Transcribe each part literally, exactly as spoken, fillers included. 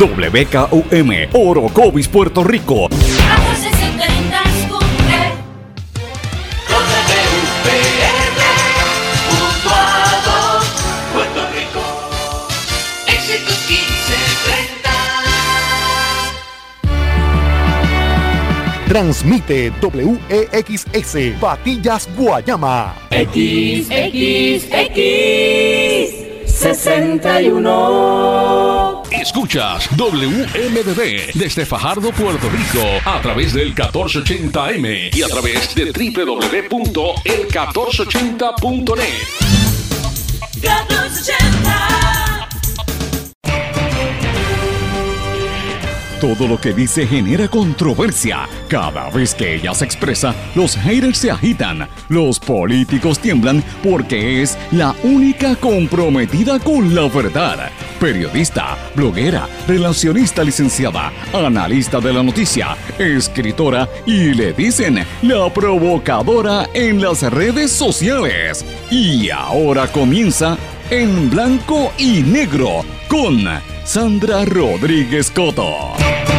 W K U M, Orocovis, Puerto Rico. Transmite W E X S, Patillas, Guayama. X, X, X, sesenta y uno. Escuchas W M D B desde Fajardo, Puerto Rico, a través del catorce ochenta A M y a través de doble u doble u doble u punto el catorce ochenta punto net. catorce ochenta. Todo lo que dice genera controversia. Cada vez que ella se expresa, los haters se agitan, los políticos tiemblan porque es la única comprometida con la verdad. Periodista, bloguera, relacionista licenciada, analista de la noticia, escritora y le dicen la provocadora en las redes sociales. Y ahora comienza En Blanco y Negro con Sandra Rodríguez Coto.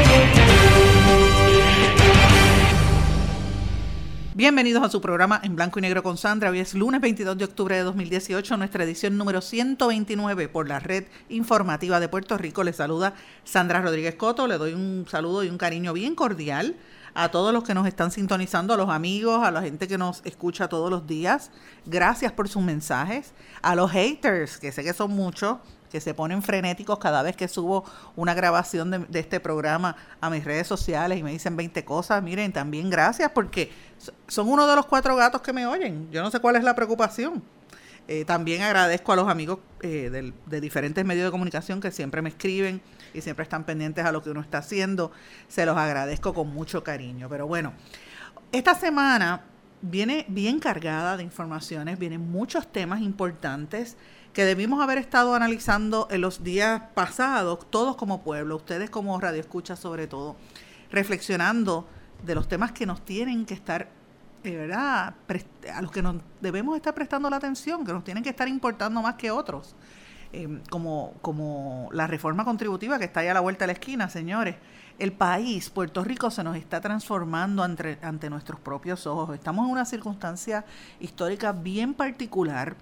Bienvenidos a su programa En Blanco y Negro con Sandra. Hoy es lunes veintidós de octubre de dos mil dieciocho, nuestra edición número ciento veintinueve por la Red Informativa de Puerto Rico. Les saluda Sandra Rodríguez Coto. Le doy un saludo y un cariño bien cordial a todos los que nos están sintonizando, a los amigos, a la gente que nos escucha todos los días. Gracias por sus mensajes. A los haters, que sé que son muchos, que se ponen frenéticos cada vez que subo una grabación de, de este programa a mis redes sociales y me dicen veinte cosas. Miren, también gracias porque son uno de los cuatro gatos que me oyen. Yo no sé cuál es la preocupación. Eh, también agradezco a los amigos eh, de, de diferentes medios de comunicación que siempre me escriben y siempre están pendientes a lo que uno está haciendo. Se los agradezco con mucho cariño. Pero bueno, esta semana viene bien cargada de informaciones, vienen muchos temas importantes que debimos haber estado analizando en los días pasados, todos como pueblo, ustedes como radioescuchas sobre todo, reflexionando de los temas que nos tienen que estar, de verdad, a los que nos debemos estar prestando la atención, que nos tienen que estar importando más que otros, eh, como, como la reforma contributiva que está ahí a la vuelta de la esquina, señores. El país, Puerto Rico, se nos está transformando ante, ante nuestros propios ojos. Estamos en una circunstancia histórica bien particular,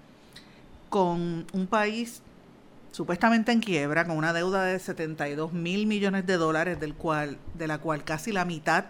con un país supuestamente en quiebra, con una deuda de setenta y dos mil millones de dólares, del cual, de la cual casi la mitad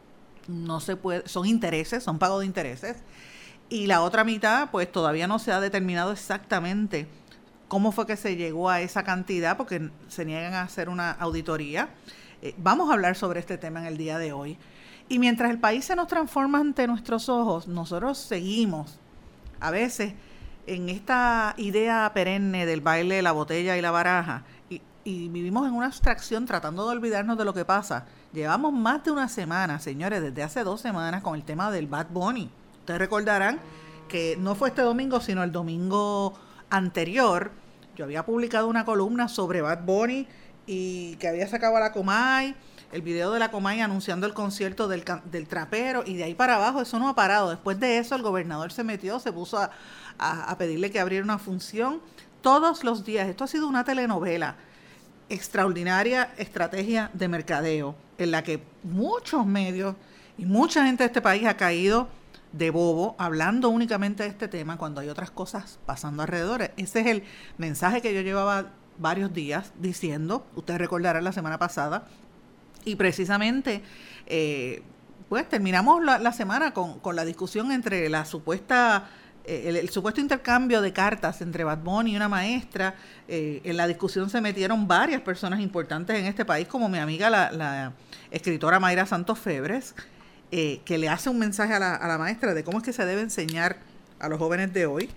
no se puede, son intereses, son pagos de intereses, y la otra mitad, pues todavía no se ha determinado exactamente cómo fue que se llegó a esa cantidad, porque se niegan a hacer una auditoría. Eh, vamos a hablar sobre este tema en el día de hoy. Y mientras el país se nos transforma ante nuestros ojos, nosotros seguimos a veces en esta idea perenne del baile de la botella y la baraja, y, y vivimos en una abstracción tratando de olvidarnos de lo que pasa. Llevamos más de una semana, señores, desde hace dos semanas con el tema del Bad Bunny. Ustedes recordarán que no fue este domingo, sino el domingo anterior, yo había publicado una columna sobre Bad Bunny y que había sacado a la Comay, el video de la Comay anunciando el concierto del, del trapero, y de ahí para abajo eso no ha parado. Después de eso el gobernador se metió, se puso a, a, a pedirle que abriera una función todos los días. Esto ha sido una telenovela, extraordinaria estrategia de mercadeo, en la que muchos medios y mucha gente de este país ha caído de bobo hablando únicamente de este tema cuando hay otras cosas pasando alrededor. Ese es el mensaje que yo llevaba varios días diciendo, ustedes recordarán la semana pasada, y precisamente eh, pues terminamos la, la semana con, con la discusión entre la supuesta eh, el, el supuesto intercambio de cartas entre Bad Bunny y una maestra. Eh, en la discusión se metieron varias personas importantes en este país, como mi amiga la, la escritora Mayra Santos Febres, eh, que le hace un mensaje a la, a la maestra de cómo es que se debe enseñar a los jóvenes de hoy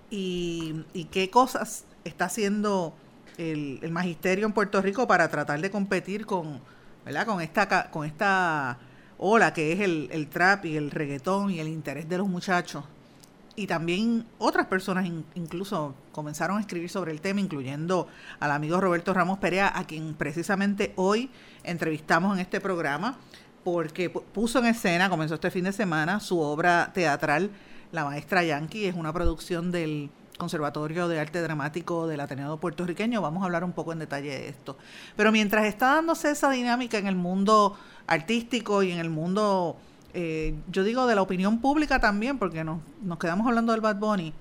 y, y qué cosas está haciendo el, el magisterio en Puerto Rico para tratar de competir con, ¿verdad?, con esta con esta ola que es el, el trap y el reggaetón y el interés de los muchachos. Y también otras personas in, incluso comenzaron a escribir sobre el tema, incluyendo al amigo Roberto Ramos Perea, a quien precisamente hoy entrevistamos en este programa, porque puso en escena, comenzó este fin de semana, su obra teatral La Maestra Yankee. Es una producción del Conservatorio de Arte Dramático del Ateneo Puertorriqueño. Vamos a hablar un poco en detalle de esto. Pero mientras está dándose esa dinámica en el mundo artístico y en el mundo, eh, yo digo, de la opinión pública también, porque nos, nos quedamos hablando del Bad Bunny,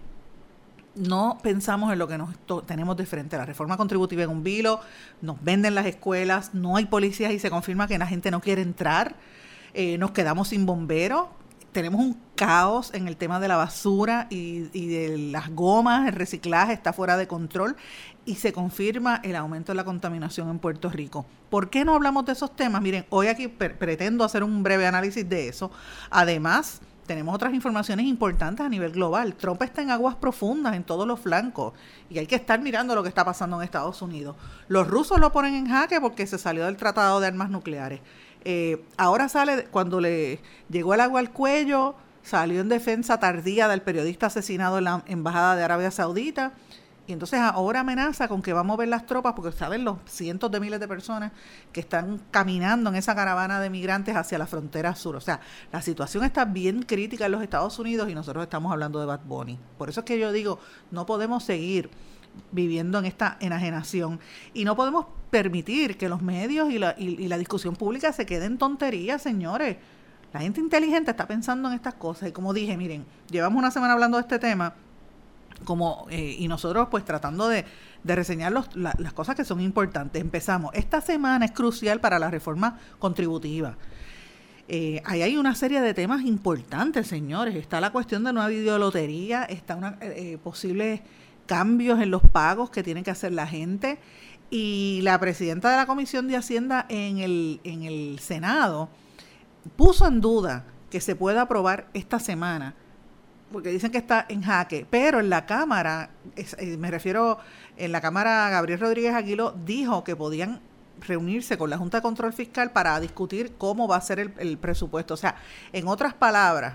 no pensamos en lo que nos to- tenemos de frente. La reforma contributiva en un vilo, nos venden las escuelas, no hay policías y se confirma que la gente no quiere entrar, eh, nos quedamos sin bomberos, tenemos un caos en el tema de la basura y, y de las gomas, el reciclaje está fuera de control y se confirma el aumento de la contaminación en Puerto Rico. ¿Por qué no hablamos de esos temas? Miren, hoy aquí per- pretendo hacer un breve análisis de eso. Además, tenemos otras informaciones importantes a nivel global. Trump está en aguas profundas en todos los flancos y hay que estar mirando lo que está pasando en Estados Unidos. Los rusos lo ponen en jaque porque se salió del Tratado de Armas Nucleares. Eh, ahora sale, cuando le llegó el agua al cuello, salió en defensa tardía del periodista asesinado en la Embajada de Arabia Saudita. Y entonces ahora amenaza con que va a mover las tropas porque saben los cientos de miles de personas que están caminando en esa caravana de migrantes hacia la frontera sur. O sea, la situación está bien crítica en los Estados Unidos y nosotros estamos hablando de Bad Bunny. Por eso es que yo digo, no podemos seguir viviendo en esta enajenación y no podemos permitir que los medios y la, y, y la discusión pública se queden tonterías, señores. La gente inteligente está pensando en estas cosas y como dije, miren, llevamos una semana hablando de este tema como eh, y nosotros pues tratando de, de reseñar los, la, las cosas que son importantes. Empezamos, esta semana es crucial para la reforma contributiva. Eh, ahí hay una serie de temas importantes, señores. Está la cuestión de una videolotería, está una eh, posibles cambios en los pagos que tiene que hacer la gente y la presidenta de la Comisión de Hacienda en el, en el Senado puso en duda que se pueda aprobar esta semana porque dicen que está en jaque, pero en la Cámara, es, eh, me refiero, en la Cámara Gabriel Rodríguez Aguiló dijo que podían reunirse con la Junta de Control Fiscal para discutir cómo va a ser el, el presupuesto. O sea, en otras palabras,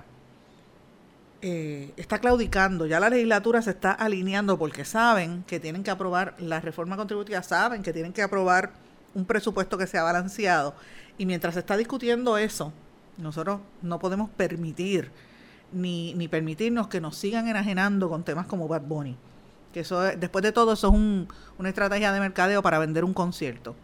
eh, está claudicando, ya la legislatura se está alineando porque saben que tienen que aprobar la reforma contributiva, saben que tienen que aprobar un presupuesto que sea balanceado, y mientras se está discutiendo eso, nosotros no podemos permitir Ni, ni permitirnos que nos sigan enajenando con temas como Bad Bunny. Que eso es, después de todo, eso es un, una estrategia de mercadeo para vender un concierto.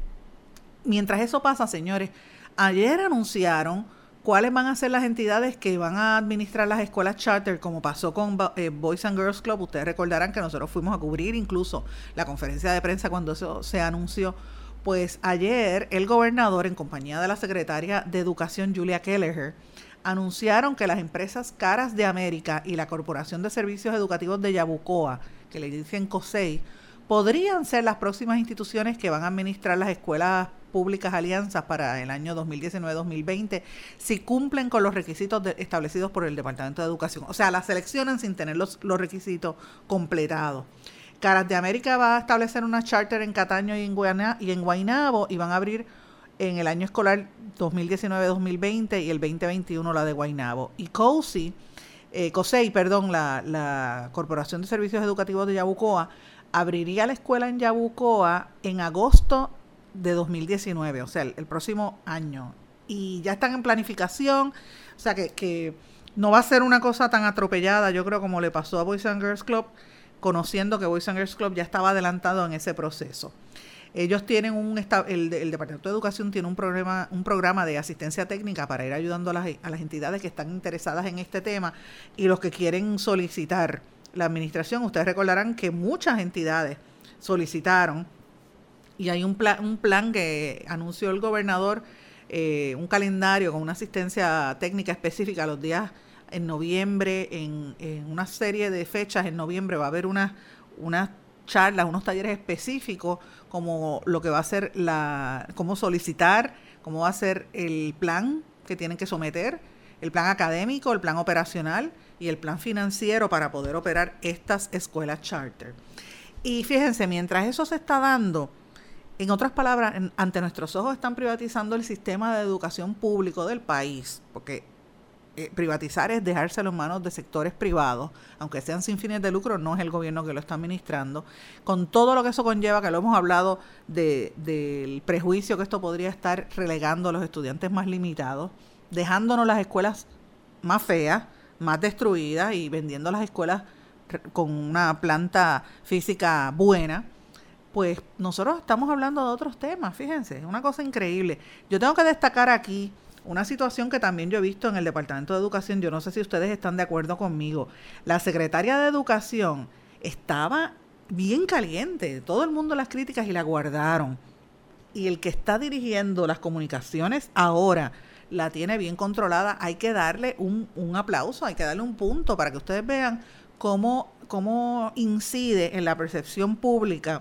Mientras eso pasa, señores, ayer anunciaron cuáles van a ser las entidades que van a administrar las escuelas charter, como pasó con eh, Boys and Girls Club. Ustedes recordarán que nosotros fuimos a cubrir incluso la conferencia de prensa cuando eso se anunció. Pues ayer el gobernador, en compañía de la secretaria de Educación, Julia Kelleher, anunciaron que las empresas Caras de América y la Corporación de Servicios Educativos de Yabucoa, que le dicen COSEI, podrían ser las próximas instituciones que van a administrar las escuelas públicas alianzas para el año dos mil diecinueve dos mil veinte, si cumplen con los requisitos de, establecidos por el Departamento de Educación. O sea, las seleccionan sin tener los, los requisitos completados. Caras de América va a establecer una charter en Cataño y en, Guayna, y en Guaynabo y van a abrir en el año escolar dos mil diecinueve dos mil veinte y el veinte veintiuno la de Guaynabo. Y COSEI, eh, COSEI, perdón, la, la Corporación de Servicios Educativos de Yabucoa, abriría la escuela en Yabucoa en agosto de dos mil diecinueve, o sea, el, el próximo año. Y ya están en planificación, o sea, que, que no va a ser una cosa tan atropellada, yo creo, como le pasó a Boys and Girls Club, conociendo que Boys and Girls Club ya estaba adelantado en ese proceso. Ellos tienen un, el, el Departamento de Educación tiene un programa, un programa de asistencia técnica para ir ayudando a las, a las entidades que están interesadas en este tema y los que quieren solicitar la administración. Ustedes recordarán que muchas entidades solicitaron y hay un plan, un plan que anunció el gobernador, eh, un calendario con una asistencia técnica específica los días en noviembre, en, en una serie de fechas en noviembre va a haber unas unas charlas, unos talleres específicos como lo que va a ser la, cómo solicitar, cómo va a ser el plan que tienen que someter, el plan académico, el plan operacional y el plan financiero para poder operar estas escuelas charter. Y fíjense, mientras eso se está dando, en otras palabras, en, ante nuestros ojos están privatizando el sistema de educación público del país, porque Eh, privatizar es dejárselo en manos de sectores privados, aunque sean sin fines de lucro, no es el gobierno que lo está administrando, con todo lo que eso conlleva, que lo hemos hablado de, del prejuicio que esto podría estar relegando a los estudiantes más limitados, dejándonos las escuelas más feas, más destruidas y vendiendo las escuelas con una planta física buena, pues nosotros estamos hablando de otros temas, fíjense, es una cosa increíble. Yo tengo que destacar aquí una situación que también yo he visto en el Departamento de Educación, yo no sé si ustedes están de acuerdo conmigo. La secretaria de Educación estaba bien caliente, todo el mundo las críticas y la guardaron. Y el que está dirigiendo las comunicaciones ahora la tiene bien controlada. Hay que darle un, un aplauso, hay que darle un punto para que ustedes vean cómo, cómo incide en la percepción pública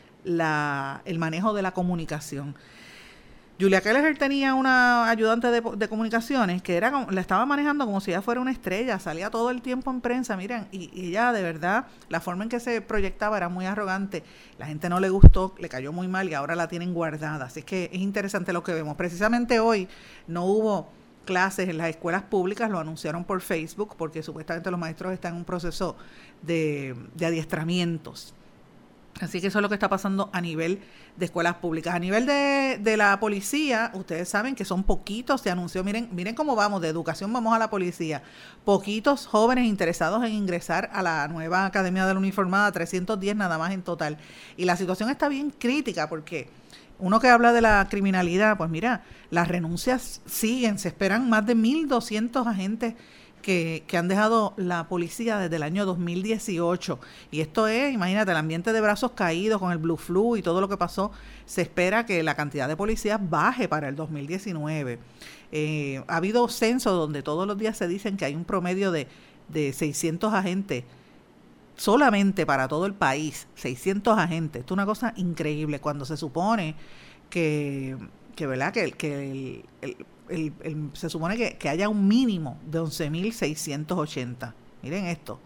la, el manejo de la comunicación. Julia Keller tenía una ayudante de, de comunicaciones que era la estaba manejando como si ella fuera una estrella, salía todo el tiempo en prensa, miren, y, y ella de verdad, la forma en que se proyectaba era muy arrogante, la gente no le gustó, le cayó muy mal y ahora la tienen guardada, así que es interesante lo que vemos. Precisamente hoy no hubo clases en las escuelas públicas, lo anunciaron por Facebook, porque supuestamente los maestros están en un proceso de, de adiestramientos. Así que eso es lo que está pasando a nivel de escuelas públicas. A nivel de, de la policía, ustedes saben que son poquitos, se anunció, miren, miren cómo vamos, de educación vamos a la policía. Poquitos jóvenes interesados en ingresar a la nueva Academia de la Uniformada, trescientos diez nada más en total. Y la situación está bien crítica porque uno que habla de la criminalidad, pues mira, las renuncias siguen, se esperan más de mil doscientos agentes Que, que han dejado la policía desde el año dos mil dieciocho. Y esto es, imagínate, el ambiente de brazos caídos con el Blue Flu y todo lo que pasó. Se espera que la cantidad de policías baje para el dos mil diecinueve. Eh, ha habido censos donde todos los días se dicen que hay un promedio de, de seiscientos agentes solamente para todo el país. seiscientos agentes. Esto es una cosa increíble cuando se supone que, que ¿verdad? Que, que el, el El, el, se supone que, que haya un mínimo de once mil seiscientos ochenta. Miren esto.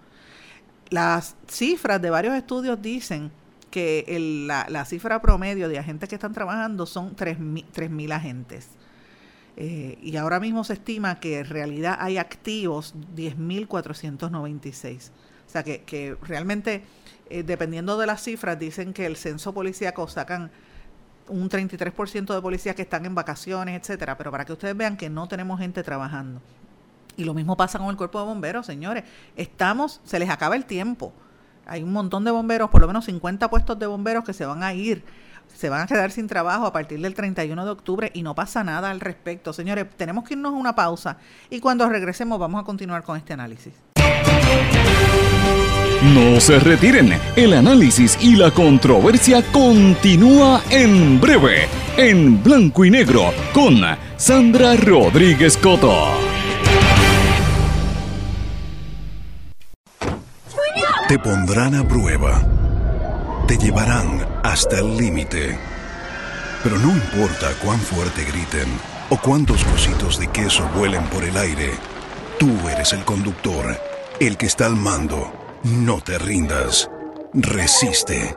Las cifras de varios estudios dicen que el, la, la cifra promedio de agentes que están trabajando son tres mil agentes. Eh, y ahora mismo se estima que en realidad hay activos diez mil cuatrocientos noventa y seis. O sea que, que realmente, eh, dependiendo de las cifras, dicen que el censo policíaco sacan un treinta y tres por ciento de policías que están en vacaciones, etcétera, pero para que ustedes vean que no tenemos gente trabajando. Y lo mismo pasa con el cuerpo de bomberos, señores. Estamos, se les acaba el tiempo. Hay un montón de bomberos, por lo menos cincuenta puestos de bomberos que se van a ir, se van a quedar sin trabajo a partir del treinta y uno de octubre y no pasa nada al respecto. Señores, tenemos que irnos a una pausa y cuando regresemos vamos a continuar con este análisis. No se retiren, el análisis y la controversia continúa en breve, en Blanco y Negro, con Sandra Rodríguez Coto. Te pondrán a prueba, te llevarán hasta el límite, pero no importa cuán fuerte griten o cuántos cositos de queso vuelen por el aire, tú eres el conductor, el que está al mando. No te rindas. Resiste.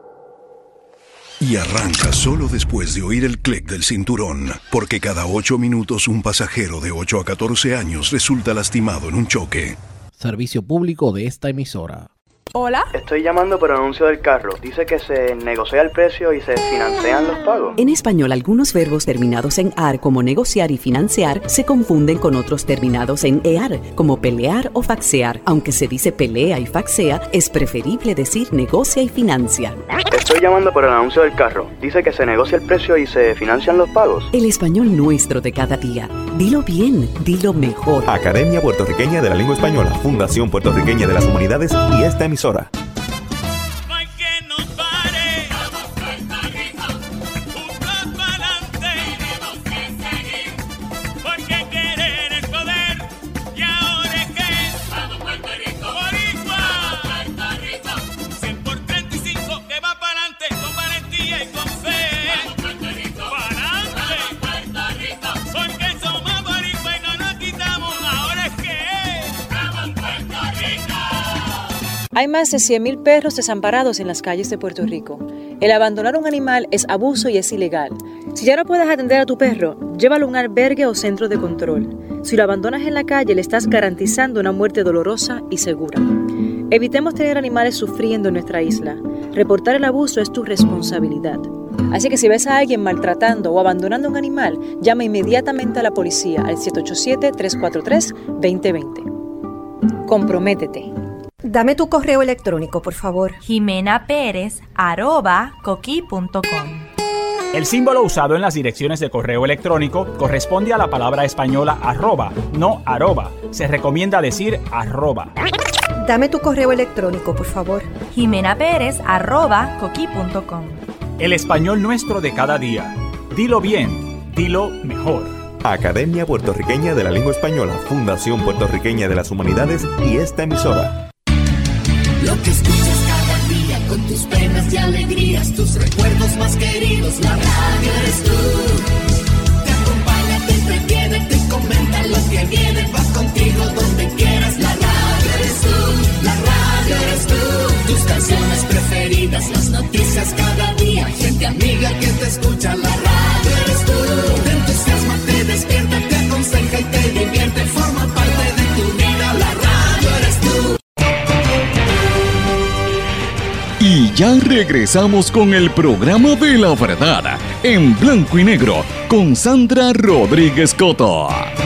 Y arranca solo después de oír el clic del cinturón, porque cada ocho minutos un pasajero de ocho a catorce años resulta lastimado en un choque. Servicio público de esta emisora. Hola. Estoy llamando por anuncio del carro. Dice que se negocia el precio y se financian los pagos. En español, algunos verbos terminados en ar, como negociar y financiar, se confunden con otros terminados en ear, como pelear o faxear. Aunque se dice pelea y faxea, es preferible decir negocia y financia. Estoy llamando por el anuncio del carro. Dice que se negocia el precio y se financian los pagos. El español nuestro de cada día. Dilo bien, dilo mejor. Academia Puertorriqueña de la Lengua Española, Fundación Puertorriqueña de las Humanidades y esta emisora. No hay que nos pare. Vamos Puerto Rico, juntos para adelante. Tenemos que seguir, porque querer es poder. Y ahora es que vamos Puerto Rico, Boricua. Vamos Puerto Rico, cien por treinta y cinco que va para adelante con valentía y con fe. Vamos Puerto Rico, para adelante. Vamos Puerto Rico, porque somos Boricua y no nos quitamos. Ahora es que vamos Puerto Rico. Hay más de cien mil perros desamparados en las calles de Puerto Rico. El abandonar un animal es abuso y es ilegal. Si ya no puedes atender a tu perro, llévalo a un albergue o centro de control. Si lo abandonas en la calle, le estás garantizando una muerte dolorosa y segura. Evitemos tener animales sufriendo en nuestra isla. Reportar el abuso es tu responsabilidad. Así que si ves a alguien maltratando o abandonando un animal, llama inmediatamente a la policía al siete ocho siete, tres cuatro tres, dos cero dos cero. Comprométete. Dame tu correo electrónico, por favor. Jimena Pérez, arroba, coqui punto com. El símbolo usado en las direcciones de correo electrónico corresponde a la palabra española arroba, no arroba. Se recomienda decir arroba. Dame tu correo electrónico, por favor. Jimena Pérez, arroba, coqui punto com. El español nuestro de cada día. Dilo bien, dilo mejor. Academia Puertorriqueña de la Lengua Española, Fundación Puertorriqueña de las Humanidades y esta emisora. Lo que escuchas cada día con tus penas y alegrías, tus recuerdos más queridos, la radio eres tú. Te acompaña, te entretiene, te comenta lo que viene, vas contigo donde quieras, la radio eres tú, la radio eres tú. Tus canciones preferidas, las noticias cada día, gente amiga que te escucha, la radio eres tú. Te entusiasma, te despierta, te aconseja y te divierte, forma parte de tu vida, la radio eres tú. Y ya regresamos con el programa de la verdad, en blanco y negro, con Sandra Rodríguez Coto.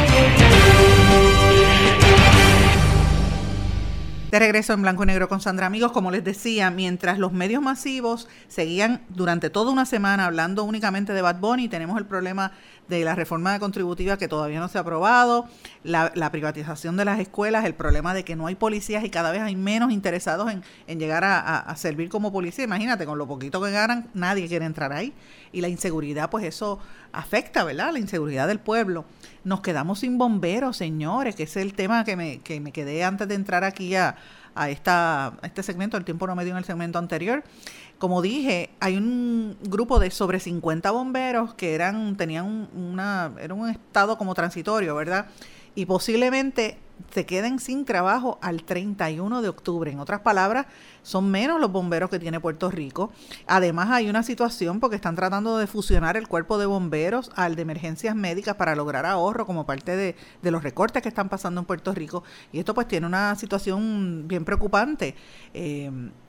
De regreso en blanco y negro con Sandra. Amigos, como les decía, mientras los medios masivos seguían durante toda una semana hablando únicamente de Bad Bunny, tenemos el problema de la reforma contributiva que todavía no se ha aprobado, la, la privatización de las escuelas, el problema de que no hay policías y cada vez hay menos interesados en, en llegar a, a, a servir como policía. Imagínate, con lo poquito que ganan, nadie quiere entrar ahí. Y la inseguridad, pues eso afecta, ¿verdad? La inseguridad del pueblo. Nos quedamos sin bomberos, señores, que ese es el tema que me, que me quedé antes de entrar aquí a, a, esta, a este segmento. El tiempo no me dio en el segmento anterior. Como dije, hay un grupo de sobre cincuenta bomberos que eran tenían un, una era un estado como transitorio, ¿verdad? Y posiblemente se queden sin trabajo al treinta y uno de octubre. En otras palabras, son menos los bomberos que tiene Puerto Rico. Además, hay una situación porque están tratando de fusionar el cuerpo de bomberos al de emergencias médicas para lograr ahorro como parte de, de los recortes que están pasando en Puerto Rico. Y esto pues tiene una situación bien preocupante. Eh,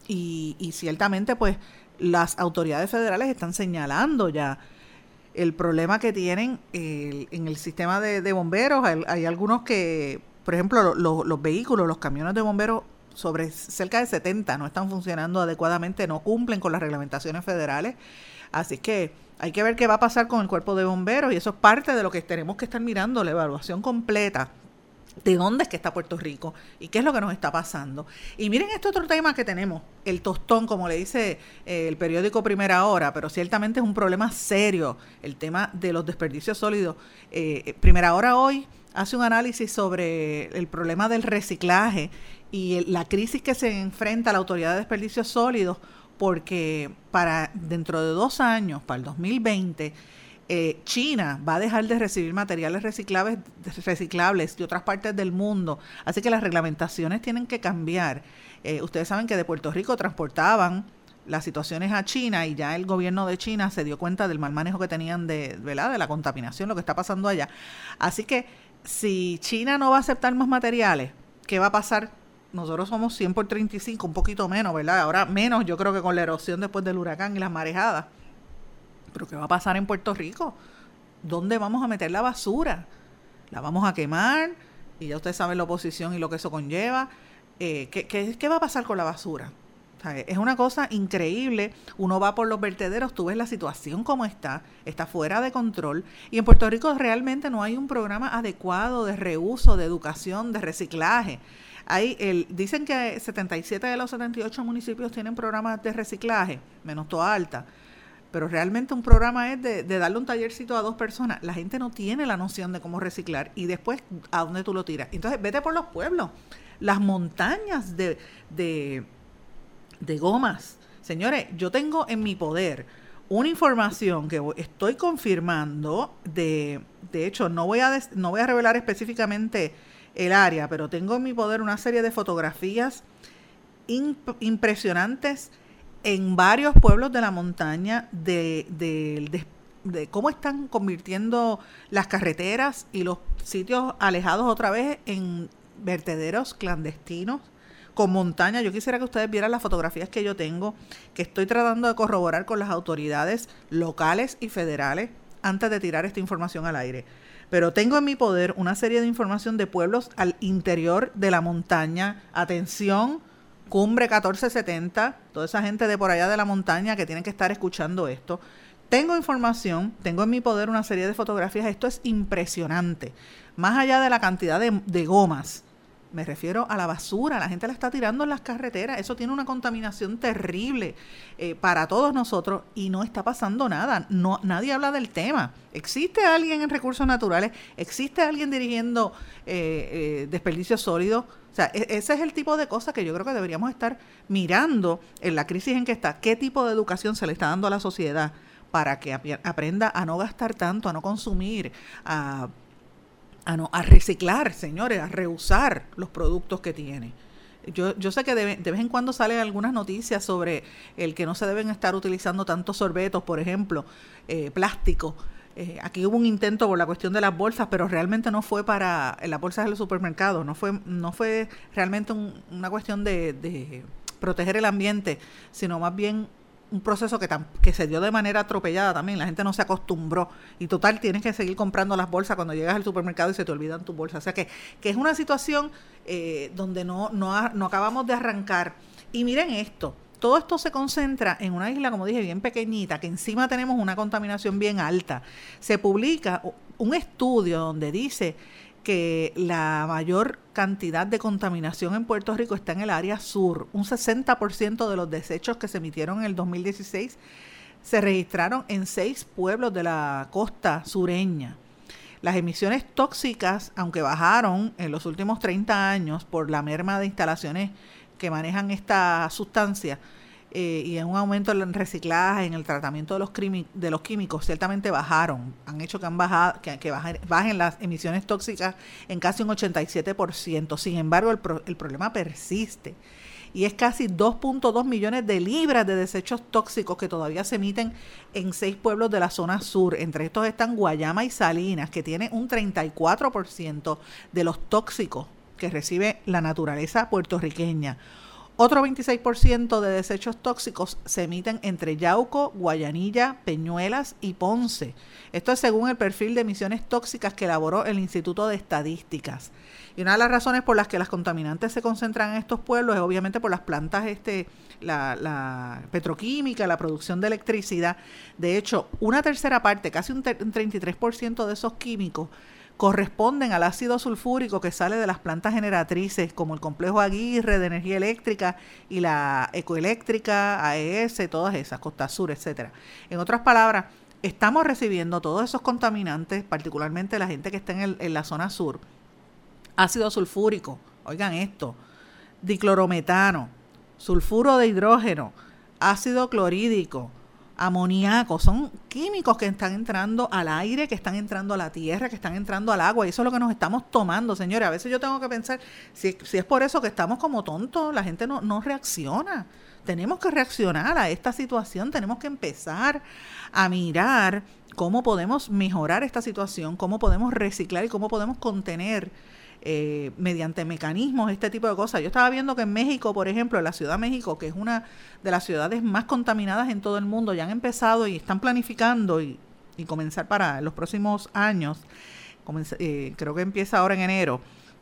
y, y ciertamente pues las autoridades federales están señalando ya el problema que tienen el, en el sistema de, de bomberos. Hay, hay algunos que, por ejemplo, lo, lo, los vehículos, los camiones de bomberos, sobre cerca de setenta no están funcionando adecuadamente, no cumplen con las reglamentaciones federales. Así que hay que ver qué va a pasar con el cuerpo de bomberos y eso es parte de lo que tenemos que estar mirando, la evaluación completa de dónde es que está Puerto Rico y qué es lo que nos está pasando. Y miren este otro tema que tenemos, el tostón, como le dice eh, el periódico Primera Hora, pero ciertamente es un problema serio, el tema de los desperdicios sólidos. Eh, Primera Hora hoy hace un análisis sobre el problema del reciclaje y el, la crisis que se enfrenta la Autoridad de Desperdicios Sólidos, porque para dentro de dos años, para el dos mil veinte, Eh, China va a dejar de recibir materiales reciclables, reciclables de otras partes del mundo, así que las reglamentaciones tienen que cambiar. Eh, ustedes saben que de Puerto Rico transportaban las situaciones a China y ya el gobierno de China se dio cuenta del mal manejo que tenían de, ¿verdad? de la contaminación, lo que está pasando allá. Así que si China no va a aceptar más materiales, ¿qué va a pasar? Nosotros somos cien por treinta y cinco, un poquito menos, ¿verdad? Ahora menos, yo creo que con la erosión después del huracán y las marejadas. ¿Pero qué va a pasar en Puerto Rico? ¿Dónde vamos a meter la basura? ¿La vamos a quemar? Y ya ustedes saben la oposición y lo que eso conlleva. Eh, ¿qué, qué, ¿Qué va a pasar con la basura? O sea, es una cosa increíble. Uno va por los vertederos, tú ves la situación como está, está fuera de control. Y en Puerto Rico realmente no hay un programa adecuado de reuso, de educación, de reciclaje. Hay el, dicen que setenta y siete de los setenta y ocho municipios tienen programas de reciclaje, menos Toa Alta. Pero realmente un programa es de, de darle un tallercito a dos personas. La gente no tiene la noción de cómo reciclar y después a dónde tú lo tiras. Entonces vete por los pueblos, las montañas de, de, de gomas. Señores, yo tengo en mi poder una información que estoy confirmando de, de hecho no voy a des, no voy a revelar específicamente el área, pero tengo en mi poder una serie de fotografías imp, impresionantes en varios pueblos de la montaña de, de, de, de cómo están convirtiendo las carreteras y los sitios alejados otra vez en vertederos clandestinos con montaña. Yo quisiera que ustedes vieran las fotografías que yo tengo, que estoy tratando de corroborar con las autoridades locales y federales antes de tirar esta información al aire. Pero tengo en mi poder una serie de información de pueblos al interior de la montaña. Atención, Cumbre catorce setenta, toda esa gente de por allá de la montaña que tienen que estar escuchando esto. Tengo información, tengo en mi poder una serie de fotografías, esto es impresionante. Más allá de la cantidad de, de gomas, me refiero a la basura, la gente la está tirando en las carreteras, eso tiene una contaminación terrible eh, para todos nosotros y no está pasando nada, no, nadie habla del tema. ¿Existe alguien en recursos naturales? ¿Existe alguien dirigiendo eh, eh, desperdicios sólidos? O sea, e- ese es el tipo de cosas que yo creo que deberíamos estar mirando en la crisis en que está. ¿Qué tipo de educación se le está dando a la sociedad para que ap- aprenda a no gastar tanto, a no consumir, a... A, no, a reciclar, señores, a reusar los productos que tiene? Yo, yo sé que de, de vez en cuando salen algunas noticias sobre el que no se deben estar utilizando tantos sorbetos, por ejemplo, eh, plástico. Eh, aquí hubo un intento por la cuestión de las bolsas, pero realmente no fue para las bolsas de los supermercados, no fue, no fue realmente un, una cuestión de, de proteger el ambiente, sino más bien un proceso que, tam, que se dio de manera atropellada también, la gente no se acostumbró y total tienes que seguir comprando las bolsas cuando llegas al supermercado y se te olvidan tus bolsas, o sea que, que es una situación eh, donde no, no, ha, no acabamos de arrancar. Y miren esto, todo esto se concentra en una isla, como dije, bien pequeñita, que encima tenemos una contaminación bien alta. Se publica un estudio donde dice que la mayor cantidad de contaminación en Puerto Rico está en el área sur. Un sesenta por ciento de los desechos que se emitieron en el dos mil dieciséis se registraron en seis pueblos de la costa sureña. Las emisiones tóxicas, aunque bajaron en los últimos treinta años por la merma de instalaciones que manejan esta sustancia, Eh, y en un aumento en el reciclaje, en el tratamiento de los, crimi, de los químicos, ciertamente bajaron, han hecho que, han bajado, que, que bajen, bajen las emisiones tóxicas en casi un ochenta y siete por ciento. Sin embargo, el, pro, el problema persiste y es casi dos punto dos millones de libras de desechos tóxicos que todavía se emiten en seis pueblos de la zona sur. Entre estos están Guayama y Salinas, que tiene un treinta y cuatro por ciento de los tóxicos que recibe la naturaleza puertorriqueña. Otro veintiséis por ciento de desechos tóxicos se emiten entre Yauco, Guayanilla, Peñuelas y Ponce. Esto es según el perfil de emisiones tóxicas que elaboró el Instituto de Estadísticas. Y una de las razones por las que las contaminantes se concentran en estos pueblos es obviamente por las plantas este, la, la petroquímica, la producción de electricidad. De hecho, una tercera parte, casi un, un treinta y tres por ciento de esos químicos corresponden al ácido sulfúrico que sale de las plantas generatrices como el Complejo Aguirre de Energía Eléctrica y la Ecoeléctrica, A E S, todas esas, Costa Sur, etcétera. En otras palabras, estamos recibiendo todos esos contaminantes, particularmente la gente que está en, el, en la zona sur. Ácido sulfúrico, oigan esto, diclorometano, sulfuro de hidrógeno, ácido clorhídrico, amoníaco, son químicos que están entrando al aire, que están entrando a la tierra, que están entrando al agua, y eso es lo que nos estamos tomando, señores. A veces yo tengo que pensar, si, si es por eso que estamos como tontos, la gente no, no reacciona. Tenemos que reaccionar a esta situación, tenemos que empezar a mirar cómo podemos mejorar esta situación, cómo podemos reciclar y cómo podemos contener Eh, mediante mecanismos, este tipo de cosas. Yo estaba viendo que en México, por ejemplo, en la Ciudad de México, que es una de las ciudades más contaminadas en todo el mundo, ya han empezado y están planificando y, y comenzar para los próximos años, comenz- eh, creo que empieza ahora en enero,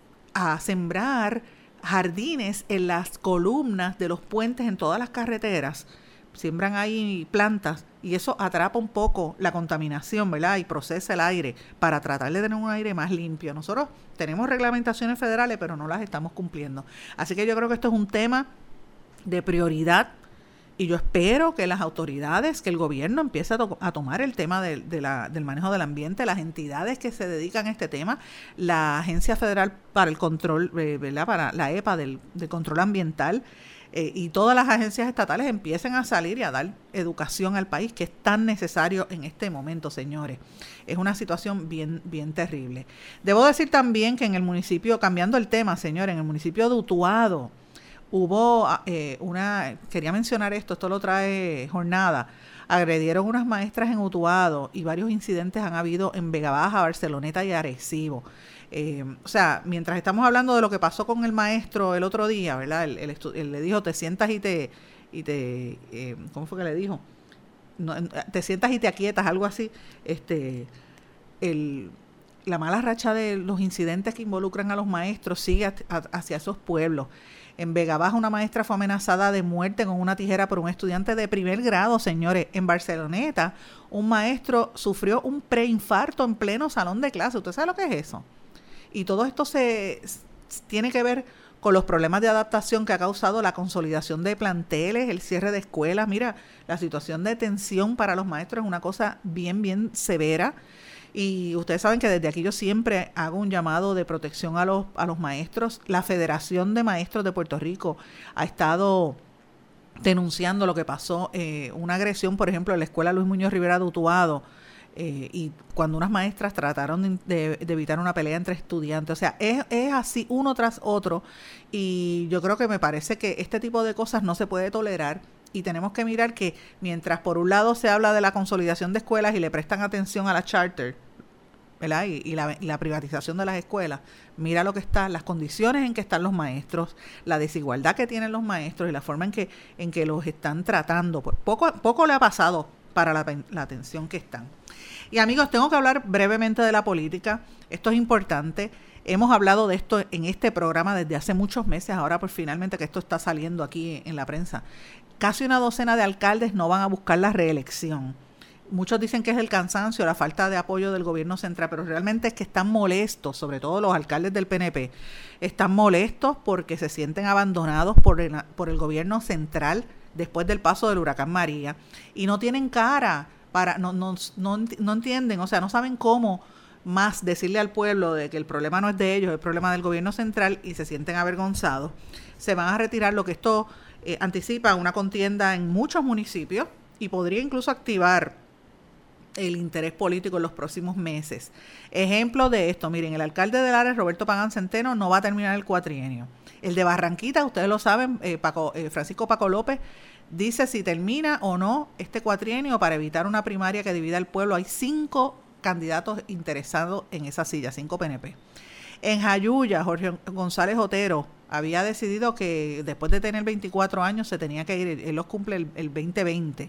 a sembrar jardines en las columnas de los puentes en todas las carreteras. Siembran ahí plantas y eso atrapa un poco la contaminación, ¿verdad? Y procesa el aire para tratar de tener un aire más limpio. Nosotros tenemos reglamentaciones federales, pero no las estamos cumpliendo. Así que yo creo que esto es un tema de prioridad y yo espero que las autoridades, que el gobierno empiece a, to- a tomar el tema de, de la, del manejo del ambiente, las entidades que se dedican a este tema, la Agencia Federal para el Control, eh, ¿verdad? Para la E P A del, del Control Ambiental, Eh, y todas las agencias estatales empiecen a salir y a dar educación al país, que es tan necesario en este momento, señores. Es una situación bien, bien terrible. Debo decir también que en el municipio, cambiando el tema, señores, en el municipio de Utuado hubo eh, una, quería mencionar esto, esto lo trae Jornada, agredieron unas maestras en Utuado y varios incidentes han habido en Vega Baja, Barceloneta y Arecibo. Eh, o sea, mientras estamos hablando de lo que pasó con el maestro el otro día, ¿verdad? Él, él, estu- él le dijo, te sientas y te, y te eh, ¿cómo fue que le dijo? No, te sientas y te aquietas, algo así. Este, el, la mala racha de los incidentes que involucran a los maestros sigue a, a, hacia esos pueblos. En Vega Baja una maestra fue amenazada de muerte con una tijera por un estudiante de primer grado, señores. En Barceloneta un maestro sufrió un preinfarto en pleno salón de clase. ¿Usted sabe lo que es eso? Y todo esto se tiene que ver con los problemas de adaptación que ha causado la consolidación de planteles, el cierre de escuelas. Mira, la situación de tensión para los maestros es una cosa bien, bien severa. Y ustedes saben que desde aquí yo siempre hago un llamado de protección a los, a los maestros. La Federación de Maestros de Puerto Rico ha estado denunciando lo que pasó, eh, una agresión, por ejemplo, en la escuela Luis Muñoz Rivera de Utuado, eh, y cuando unas maestras trataron de, de evitar una pelea entre estudiantes. O sea, es, es así uno tras otro, y yo creo que me parece que este tipo de cosas no se puede tolerar. Y tenemos que mirar que mientras por un lado se habla de la consolidación de escuelas y le prestan atención a la charter, ¿verdad? Y, y, la, y la privatización de las escuelas, mira lo que está, las condiciones en que están los maestros, la desigualdad que tienen los maestros y la forma en que, en que los están tratando. Poco, poco le ha pasado para la, la atención que están. Y amigos, tengo que hablar brevemente de la política. Esto es importante. Hemos hablado de esto en este programa desde hace muchos meses, ahora pues finalmente que esto está saliendo aquí en la prensa. Casi una docena de alcaldes no van a buscar la reelección. Muchos dicen que es el cansancio, la falta de apoyo del gobierno central, pero realmente es que están molestos, sobre todo los alcaldes del P N P, están molestos porque se sienten abandonados por el, por el gobierno central después del paso del huracán María, y no tienen cara para, no, no, no, no entienden, o sea, no saben cómo más decirle al pueblo de que el problema no es de ellos, es el problema del gobierno central, y se sienten avergonzados. Se van a retirar, lo que esto eh, anticipa una contienda en muchos municipios y podría incluso activar el interés político en los próximos meses. Ejemplo de esto, miren, el alcalde de Lares, Roberto Pagán Centeno, no va a terminar el cuatrienio. El de Barranquita, ustedes lo saben, eh, Paco, eh, Francisco Paco López, dice si termina o no este cuatrienio para evitar una primaria que divida el pueblo. Hay cinco candidatos interesados en esa silla, cinco P N P. En Jayuya, Jorge González Otero había decidido que después de tener veinticuatro años se tenía que ir, él los cumple el, el veinte veinte.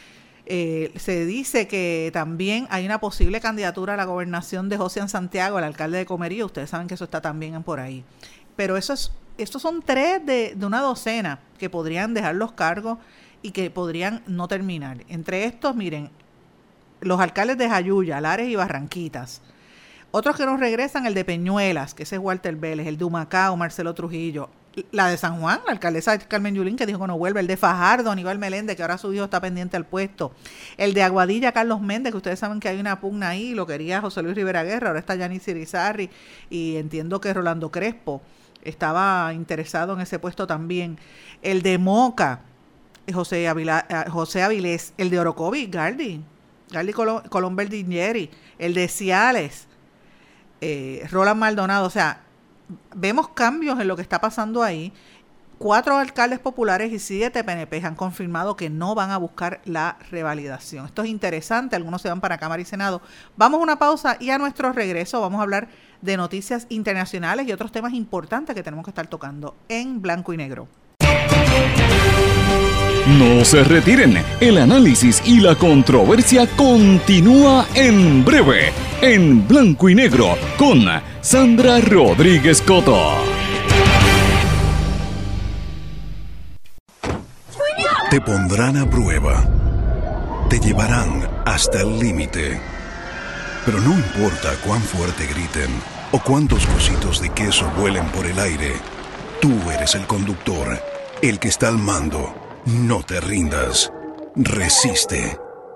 Eh, se dice que también hay una posible candidatura a la gobernación de José Santiago, el alcalde de Comerío. Ustedes saben que eso está también por ahí. Pero eso es, estos son tres de, de una docena que podrían dejar los cargos y que podrían no terminar. Entre estos, miren, los alcaldes de Jayuya, Lares y Barranquitas. Otros que no regresan, el de Peñuelas, que ese es Walter Vélez, el de Humacao, Marcelo Trujillo. La de San Juan, la alcaldesa Carmen Yulín, que dijo que no vuelve. El de Fajardo, Aníbal Meléndez, que ahora su hijo está pendiente al puesto. El de Aguadilla, Carlos Méndez, que ustedes saben que hay una pugna ahí, lo quería José Luis Rivera Guerra, ahora está Yanis Irizarry, y entiendo que Rolando Crespo estaba interesado en ese puesto también. El de Moca, José, Avila, José Avilés. El de Orocovi, Gardi, Gardi Colón, Colón Verdinieri. El de Ciales, eh, Roland Maldonado. O sea, vemos cambios en lo que está pasando ahí. Cuatro alcaldes populares y siete P N P han confirmado que no van a buscar la revalidación. Esto es interesante, algunos se van para Cámara y Senado. Vamos a una pausa y a nuestro regreso vamos a hablar de noticias internacionales y otros temas importantes que tenemos que estar tocando en Blanco y Negro. No se retiren, el análisis y la controversia continúa en breve, en Blanco y Negro, con Sandra Rodríguez Coto. Te pondrán a prueba, te llevarán hasta el límite, pero no importa cuán fuerte griten o cuántos cositos de queso vuelen por el aire, tú eres el conductor, el que está al mando. No te rindas, resiste.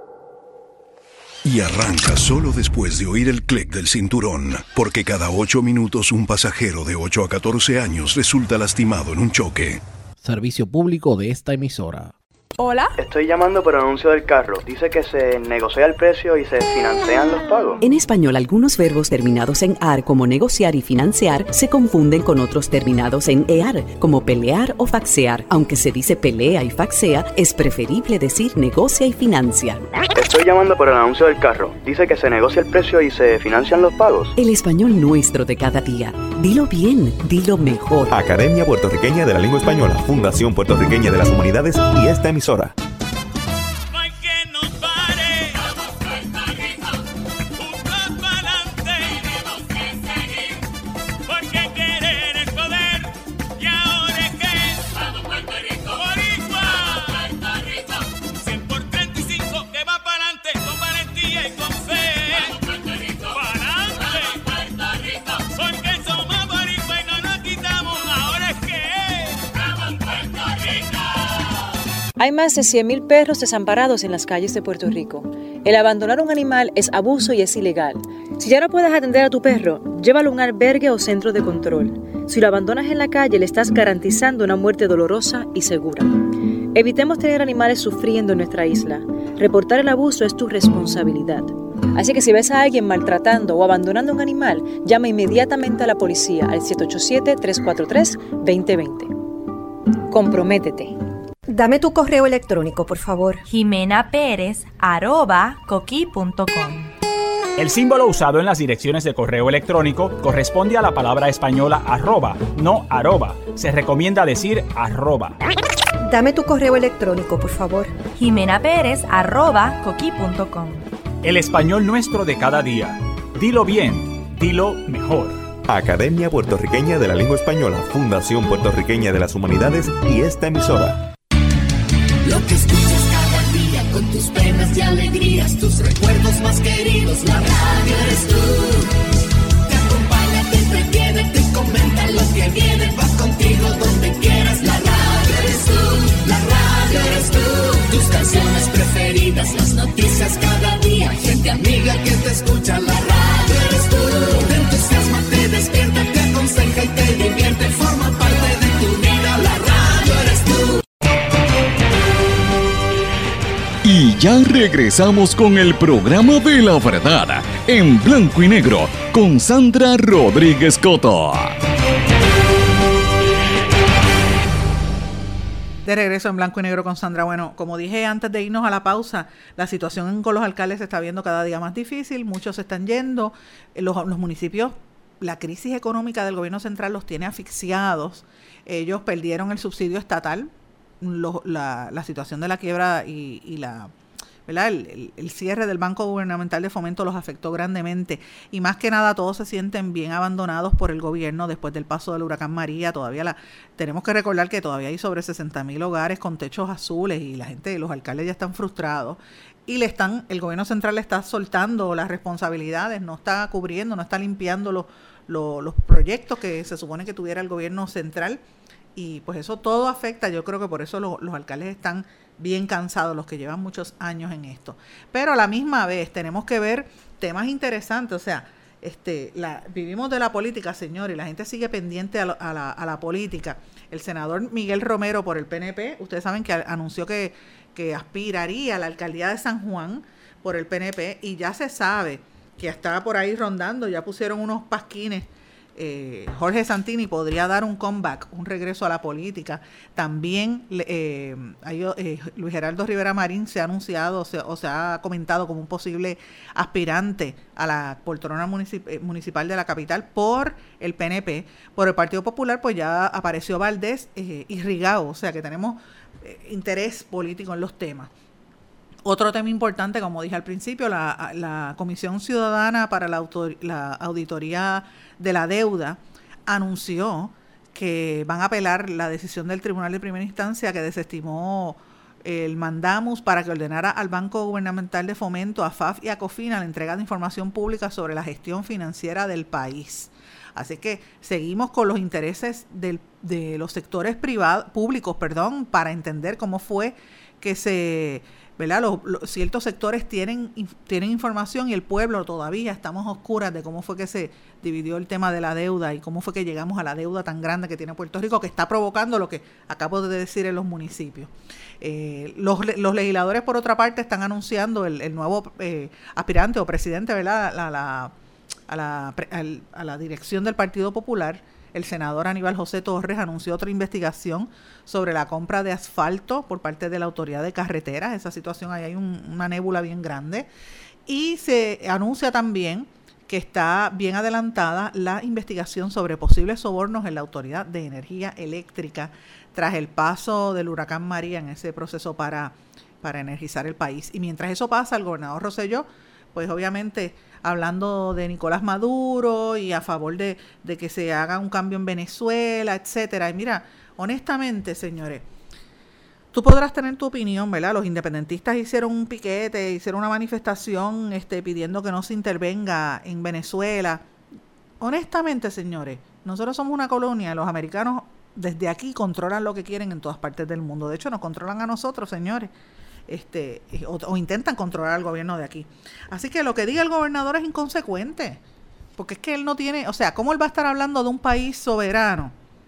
Y arranca solo después de oír el clic del cinturón, porque cada ocho minutos un pasajero de ocho a catorce años resulta lastimado en un choque. Servicio público de esta emisora. Hola. Estoy llamando por el anuncio del carro. Dice que se negocia el precio y se financian los pagos. En español, algunos verbos terminados en ar, como negociar y financiar, se confunden con otros terminados en ear, como pelear o faxear. Aunque se dice pelea y faxea, es preferible decir negocia y financia. Estoy llamando por el anuncio del carro. Dice que se negocia el precio y se financian los pagos. El español nuestro de cada día. Dilo bien, dilo mejor. Academia Puertorriqueña de la Lengua Española, Fundación Puertorriqueña de las Humanidades y esta emisora. No hay que nos pare. Vamos Puerto Rico, juntos pa'lante. Hay más de cien mil perros desamparados en las calles de Puerto Rico. El abandonar un animal es abuso y es ilegal. Si ya no puedes atender a tu perro, llévalo a un albergue o centro de control. Si lo abandonas en la calle, le estás garantizando una muerte dolorosa y segura. Evitemos tener animales sufriendo en nuestra isla. Reportar el abuso es tu responsabilidad. Así que si ves a alguien maltratando o abandonando un animal, llama inmediatamente a la policía al siete ocho siete, tres cuatro tres, dos cero dos cero. Comprométete. Dame tu correo electrónico, por favor. Jimena Pérez, arroba, coqui punto com. El símbolo usado en las direcciones de correo electrónico corresponde a la palabra española arroba, no arroba. Se recomienda decir arroba. Dame tu correo electrónico, por favor. Jimena Pérez, arroba, coqui punto com. El español nuestro de cada día. Dilo bien, dilo mejor. Academia Puertorriqueña de la Lengua Española, Fundación Puertorriqueña de las Humanidades y esta emisora. Lo que escuchas cada día con tus penas y alegrías, tus recuerdos más queridos, la radio eres tú. Te acompaña, te entretiene, te comenta lo que viene, va contigo donde quieras, la radio eres tú, la radio eres tú. Tus canciones preferidas, las noticias cada día, gente amiga que te escucha, la radio eres tú. Te entusiasma, te despierta, te aconseja y te divierte, forma parte de tu vida, la radio eres tú. Y ya regresamos con el programa de la verdad, en blanco y negro, con Sandra Rodríguez Coto. De regreso en blanco y negro con Sandra. Bueno, como dije antes de irnos a la pausa, la situación con los alcaldes se está viendo cada día más difícil, muchos se están yendo, los, los municipios, la crisis económica del gobierno central los tiene asfixiados, ellos perdieron el subsidio estatal, Lo, la, la situación de la quiebra y, y la, ¿verdad? El, el, el cierre del Banco Gubernamental de Fomento los afectó grandemente y más que nada todos se sienten bien abandonados por el gobierno después del paso del huracán María. Todavía la tenemos que recordar que todavía hay sobre sesenta mil hogares con techos azules y la gente, los alcaldes ya están frustrados y le están, el gobierno central le está soltando las responsabilidades, no está cubriendo, no está limpiando los, los, los proyectos que se supone que tuviera el gobierno central. Y pues eso todo afecta, yo creo que por eso lo, los alcaldes están bien cansados, los que llevan muchos años en esto. Pero a la misma vez tenemos que ver temas interesantes, o sea, este, la, vivimos de la política, señor, y la gente sigue pendiente a, lo, a, la, a la política. El senador Miguel Romero por el P N P, ustedes saben que anunció que, que aspiraría a la alcaldía de San Juan por el P N P y ya se sabe que está por ahí rondando, ya pusieron unos pasquines. Eh, Jorge Santini podría dar un comeback, un regreso a la política. También eh, hay, eh, Luis Geraldo Rivera Marín se ha anunciado o se, o se ha comentado como un posible aspirante a la poltrona municip- municipal de la capital por el P N P. Por el Partido Popular pues ya apareció Valdés eh, y Rigao, o sea que tenemos eh, interés político en los temas. Otro tema importante, como dije al principio, la, la Comisión Ciudadana para la, autor, la Auditoría de la Deuda anunció que van a apelar la decisión del Tribunal de Primera Instancia que desestimó el mandamus para que ordenara al Banco Gubernamental de Fomento, a F A F y a COFINA la entrega de información pública sobre la gestión financiera del país. Así que seguimos con los intereses del, de los sectores privados, públicos, perdón, para entender cómo fue que se... ¿verdad? Los, los, ciertos sectores tienen, tienen información y el pueblo todavía estamos a oscuras de cómo fue que se dividió el tema de la deuda y cómo fue que llegamos a la deuda tan grande que tiene Puerto Rico, que está provocando lo que acabo de decir en los municipios. Eh, los, los legisladores, por otra parte, están anunciando el, el nuevo eh, aspirante o presidente, ¿verdad? La, la, a, la, a la dirección del Partido Popular. El senador Aníbal José Torres anunció otra investigación sobre la compra de asfalto por parte de la Autoridad de Carreteras. Esa situación, ahí hay un, una nébula bien grande. Y se anuncia también que está bien adelantada la investigación sobre posibles sobornos en la Autoridad de Energía Eléctrica tras el paso del huracán María en ese proceso para, para energizar el país. Y mientras eso pasa, el gobernador Rosselló, pues obviamente hablando de Nicolás Maduro y a favor de, de que se haga un cambio en Venezuela, etcétera. Y mira, honestamente, señores, tú podrás tener tu opinión, ¿verdad? Los independentistas hicieron un piquete, hicieron una manifestación este, pidiendo que no se intervenga en Venezuela. Honestamente, señores, nosotros somos una colonia, los americanos desde aquí controlan lo que quieren en todas partes del mundo. De hecho, nos controlan a nosotros, señores, este o, o intentan controlar al gobierno de aquí. Así que lo que diga el gobernador es inconsecuente, porque es que él no tiene, o sea, ¿cómo él va a estar hablando de un país soberano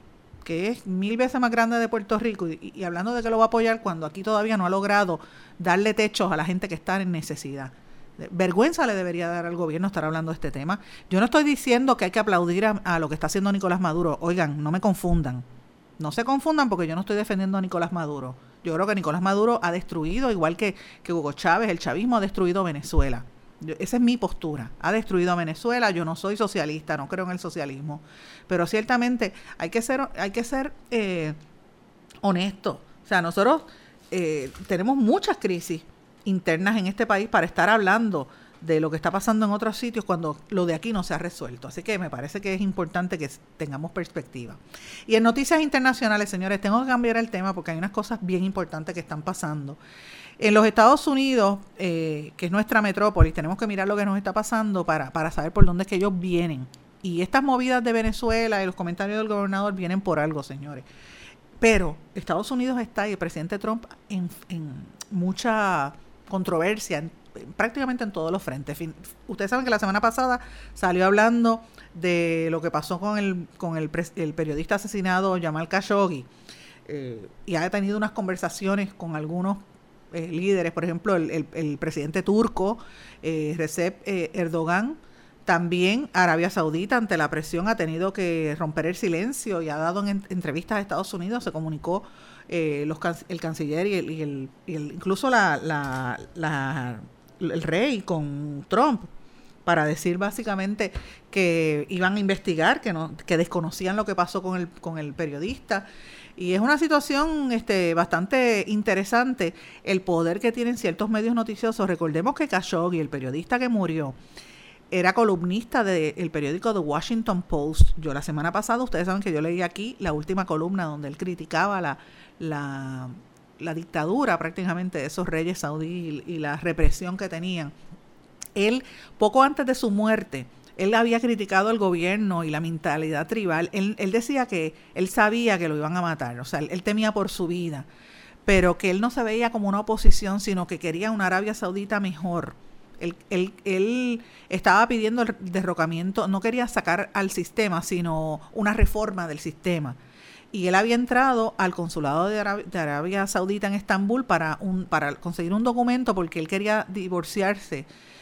que es mil veces más grande de Puerto Rico y, y hablando de que lo va a apoyar cuando aquí todavía no ha logrado darle techos a la gente que está en necesidad? Vergüenza le debería dar al gobierno estar hablando de este tema. Yo no estoy diciendo que hay que aplaudir a, a lo que está haciendo Nicolás Maduro. Oigan, no me confundan. No se confundan porque yo no estoy defendiendo a Nicolás Maduro. Yo creo que Nicolás Maduro ha destruido, igual que, que Hugo Chávez, el chavismo ha destruido Venezuela. Yo, esa es mi postura. Ha destruido a Venezuela. Yo no soy socialista, no creo en el socialismo. Pero ciertamente hay que ser, hay que ser eh, honestos. O sea, nosotros eh, tenemos muchas crisis internas en este país para estar hablando de lo que está pasando en otros sitios cuando lo de aquí no se ha resuelto. Así que me parece que es importante que tengamos perspectiva. Y en noticias internacionales, señores, tengo que cambiar el tema porque hay unas cosas bien importantes que están pasando. En los Estados Unidos, eh, que es nuestra metrópolis, tenemos que mirar lo que nos está pasando para, para saber por dónde es que ellos vienen. Y estas movidas de Venezuela y los comentarios del gobernador vienen por algo, señores. Pero Estados Unidos está y el presidente Trump en, en mucha controversia en, prácticamente en todos los frentes. Fin, ustedes saben que la semana pasada salió hablando de lo que pasó con el con el, el periodista asesinado Jamal Khashoggi eh, y ha tenido unas conversaciones con algunos eh, líderes, por ejemplo el, el, el presidente turco eh, Recep eh, Erdogan. También Arabia Saudita, ante la presión, ha tenido que romper el silencio y ha dado en entrevistas a Estados Unidos, se comunicó eh, los, el canciller y, el, y, el, y el, incluso la, la, la, el rey con Trump para decir básicamente que iban a investigar, que no, que desconocían lo que pasó con el, con el periodista. Y es una situación este, bastante interesante el poder que tienen ciertos medios noticiosos. Recordemos que Khashoggi, el periodista que murió, era columnista del periódico The Washington Post. Yo la semana pasada, ustedes saben que yo leí aquí la última columna donde él criticaba la, la, la dictadura prácticamente de esos reyes saudíes y, y la represión que tenían. Él, poco antes de su muerte, él había criticado al gobierno y la mentalidad tribal. Él, él decía que él sabía que lo iban a matar, o sea, él, él temía por su vida, pero que él no se veía como una oposición, sino que quería una Arabia Saudita mejor. Él, él, él estaba pidiendo el derrocamiento, no quería sacar al sistema, sino una reforma del sistema. Y él había entrado al consulado de Arabia, de Arabia Saudita en Estambul para, un, para conseguir un documento porque él quería divorciarse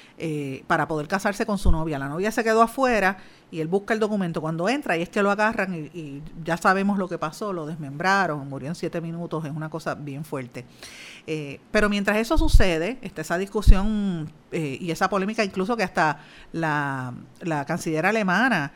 eh, para poder casarse con su novia. La novia se quedó afuera y él busca el documento. Cuando entra y es que lo agarran y, y ya sabemos lo que pasó, lo desmembraron, murió en siete minutos, es una cosa bien fuerte. Eh, pero mientras eso sucede, está esa discusión eh, y esa polémica, incluso que hasta la, la canciller alemana,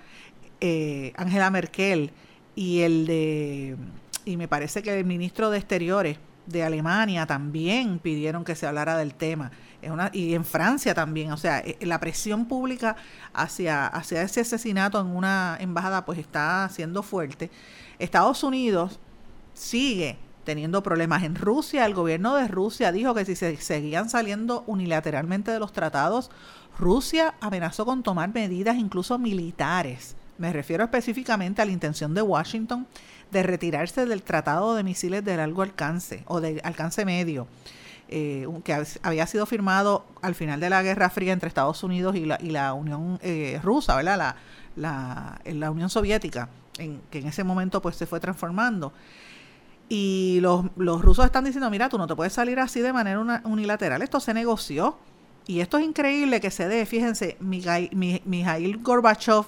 eh, Angela Merkel, y el de y me parece que el ministro de Exteriores de Alemania también pidieron que se hablara del tema. Es una, y en Francia también, o sea, la presión pública hacia, hacia ese asesinato en una embajada pues está siendo fuerte. Estados Unidos sigue teniendo problemas. En Rusia, el gobierno de Rusia dijo que si se seguían saliendo unilateralmente de los tratados, Rusia amenazó con tomar medidas incluso militares. Me refiero específicamente a la intención de Washington de retirarse del Tratado de Misiles de Largo Alcance o de alcance medio, eh, que había sido firmado al final de la Guerra Fría entre Estados Unidos y la, y la Unión eh, Rusa, ¿verdad? La, la, la Unión Soviética, en, que en ese momento pues se fue transformando. Y los, los rusos están diciendo, mira, tú no te puedes salir así de manera una, unilateral. Esto se negoció. Y esto es increíble que se dé. Fíjense, Mikhail, Mikhail Gorbachev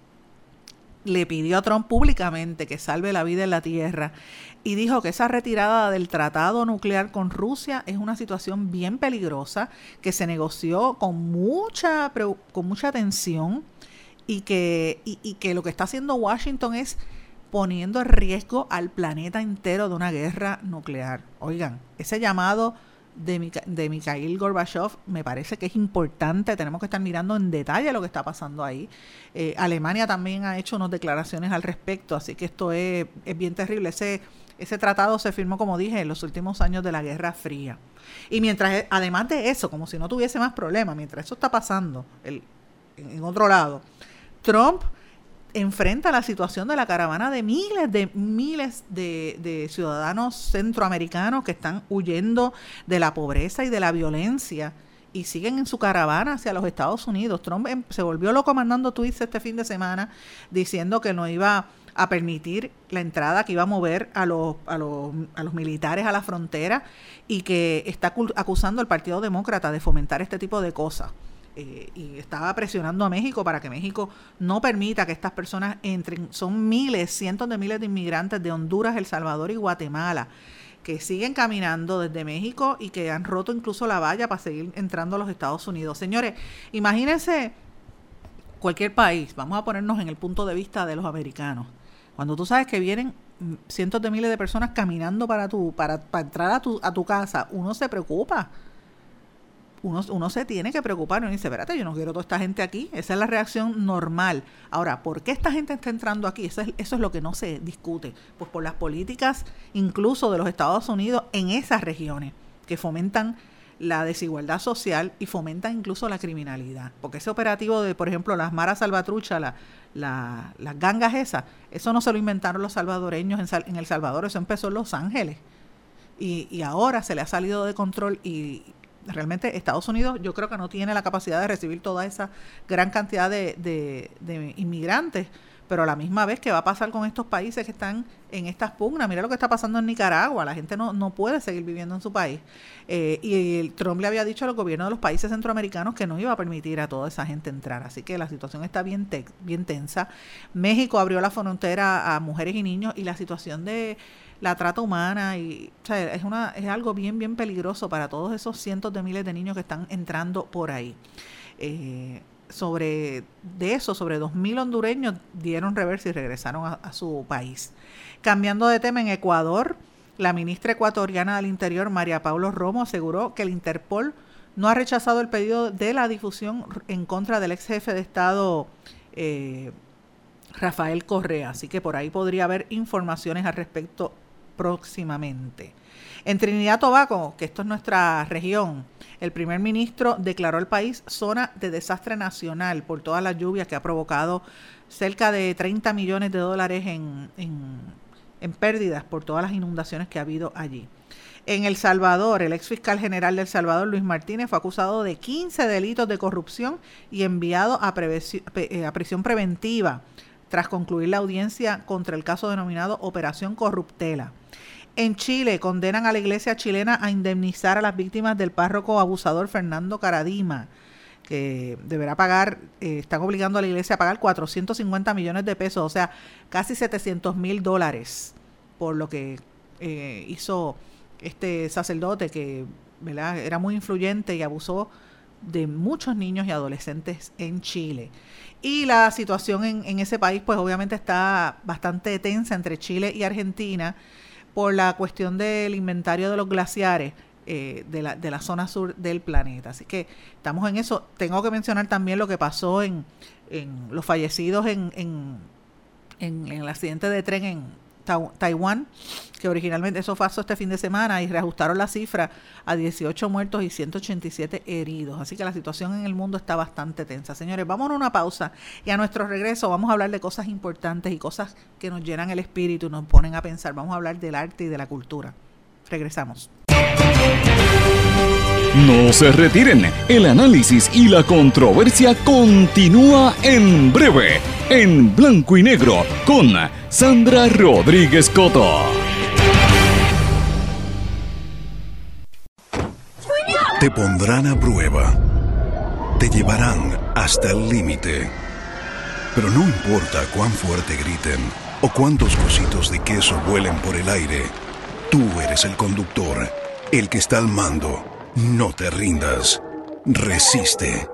le pidió a Trump públicamente que salve la vida en la Tierra y dijo que esa retirada del tratado nuclear con Rusia es una situación bien peligrosa, que se negoció con mucha, con mucha tensión y que, y, y que lo que está haciendo Washington es poniendo en riesgo al planeta entero de una guerra nuclear. Oigan, ese llamado de, Mika, de Mikhail Gorbachev me parece que es importante. Tenemos que estar mirando en detalle lo que está pasando ahí. Eh, Alemania también ha hecho unas declaraciones al respecto, así que esto es, es bien terrible. Ese, ese tratado se firmó, como dije, en los últimos años de la Guerra Fría. Y mientras, además de eso, como si no tuviese más problemas, mientras eso está pasando el, en, en otro lado, Trump enfrenta la situación de la caravana de miles de miles de, de ciudadanos centroamericanos que están huyendo de la pobreza y de la violencia y siguen en su caravana hacia los Estados Unidos. Trump se volvió loco mandando tweets este fin de semana diciendo que no iba a permitir la entrada, que iba a mover a los, a los, a los militares a la frontera y que está acusando al Partido Demócrata de fomentar este tipo de cosas. Eh, y estaba presionando a México para que México no permita que estas personas entren. Son miles, cientos de miles de inmigrantes de Honduras, El Salvador y Guatemala que siguen caminando desde México y que han roto incluso la valla para seguir entrando a los Estados Unidos. Señores, imagínense cualquier país, vamos a ponernos en el punto de vista de los americanos. Cuando tú sabes que vienen cientos de miles de personas caminando para tu, para, para entrar a tu, a tu casa, uno se preocupa. Uno, uno se tiene que preocupar, uno dice, espérate, yo no quiero toda esta gente aquí. Esa es la reacción normal. Ahora, ¿por qué esta gente está entrando aquí? Eso es, eso es lo que no se discute. Pues por las políticas incluso de los Estados Unidos en esas regiones que fomentan la desigualdad social y fomentan incluso la criminalidad. Porque ese operativo de, por ejemplo, las maras salvatruchas, la, la, las gangas esas, eso no se lo inventaron los salvadoreños en, Sal, en El Salvador, eso empezó en Los Ángeles. Y, y ahora se le ha salido de control y realmente Estados Unidos yo creo que no tiene la capacidad de recibir toda esa gran cantidad de, de, de inmigrantes, pero a la misma vez, ¿qué va a pasar con estos países que están en estas pugnas? Mira lo que está pasando en Nicaragua, la gente no, no puede seguir viviendo en su país. Eh, y el Trump le había dicho a los gobiernos de los países centroamericanos que no iba a permitir a toda esa gente entrar, así que la situación está bien, te, bien tensa. México abrió la frontera a mujeres y niños y la situación de la trata humana y o sea, es una es algo bien bien peligroso para todos esos cientos de miles de niños que están entrando por ahí. Eh, sobre de eso, sobre dos mil hondureños dieron reversa y regresaron a, a su país. Cambiando de tema, en Ecuador, la ministra ecuatoriana del Interior, María Paula Romo, aseguró que el Interpol no ha rechazado el pedido de la difusión en contra del ex jefe de Estado eh, Rafael Correa, así que por ahí podría haber informaciones al respecto próximamente. En Trinidad y Tobago, que esto es nuestra región, el primer ministro declaró el país zona de desastre nacional por todas las lluvias que ha provocado cerca de treinta millones de dólares en, en, en pérdidas por todas las inundaciones que ha habido allí. En El Salvador, el ex fiscal general de El Salvador, Luis Martínez, fue acusado de quince delitos de corrupción y enviado a, a prisión preventiva tras concluir la audiencia contra el caso denominado Operación Corruptela. En Chile, condenan a la iglesia chilena a indemnizar a las víctimas del párroco abusador Fernando Caradima, que deberá pagar, eh, están obligando a la iglesia a pagar cuatrocientos cincuenta millones de pesos, o sea, casi setecientos mil dólares, por lo que eh, hizo este sacerdote que, ¿verdad?, era muy influyente y abusó de muchos niños y adolescentes en Chile. Y la situación en, en ese país, pues obviamente está bastante tensa entre Chile y Argentina por la cuestión del inventario de los glaciares eh, de, la, de la zona sur del planeta. Así que estamos en eso. Tengo que mencionar también lo que pasó en, en los fallecidos en, en, en, en el accidente de tren en Taiwán, que originalmente eso pasó este fin de semana y reajustaron la cifra a dieciocho muertos y ciento ochenta y siete heridos. Así que la situación en el mundo está bastante tensa. Señores, vamos a una pausa y a nuestro regreso vamos a hablar de cosas importantes y cosas que nos llenan el espíritu, nos ponen a pensar. Vamos a hablar del arte y de la cultura. Regresamos. No se retiren, el análisis y la controversia continúa en breve, en Blanco y Negro, con Sandra Rodríguez Coto. Te pondrán a prueba, te llevarán hasta el límite, pero no importa cuán fuerte griten o cuántos cositos de queso vuelen por el aire, tú eres el conductor, el que está al mando. No te rindas, resiste.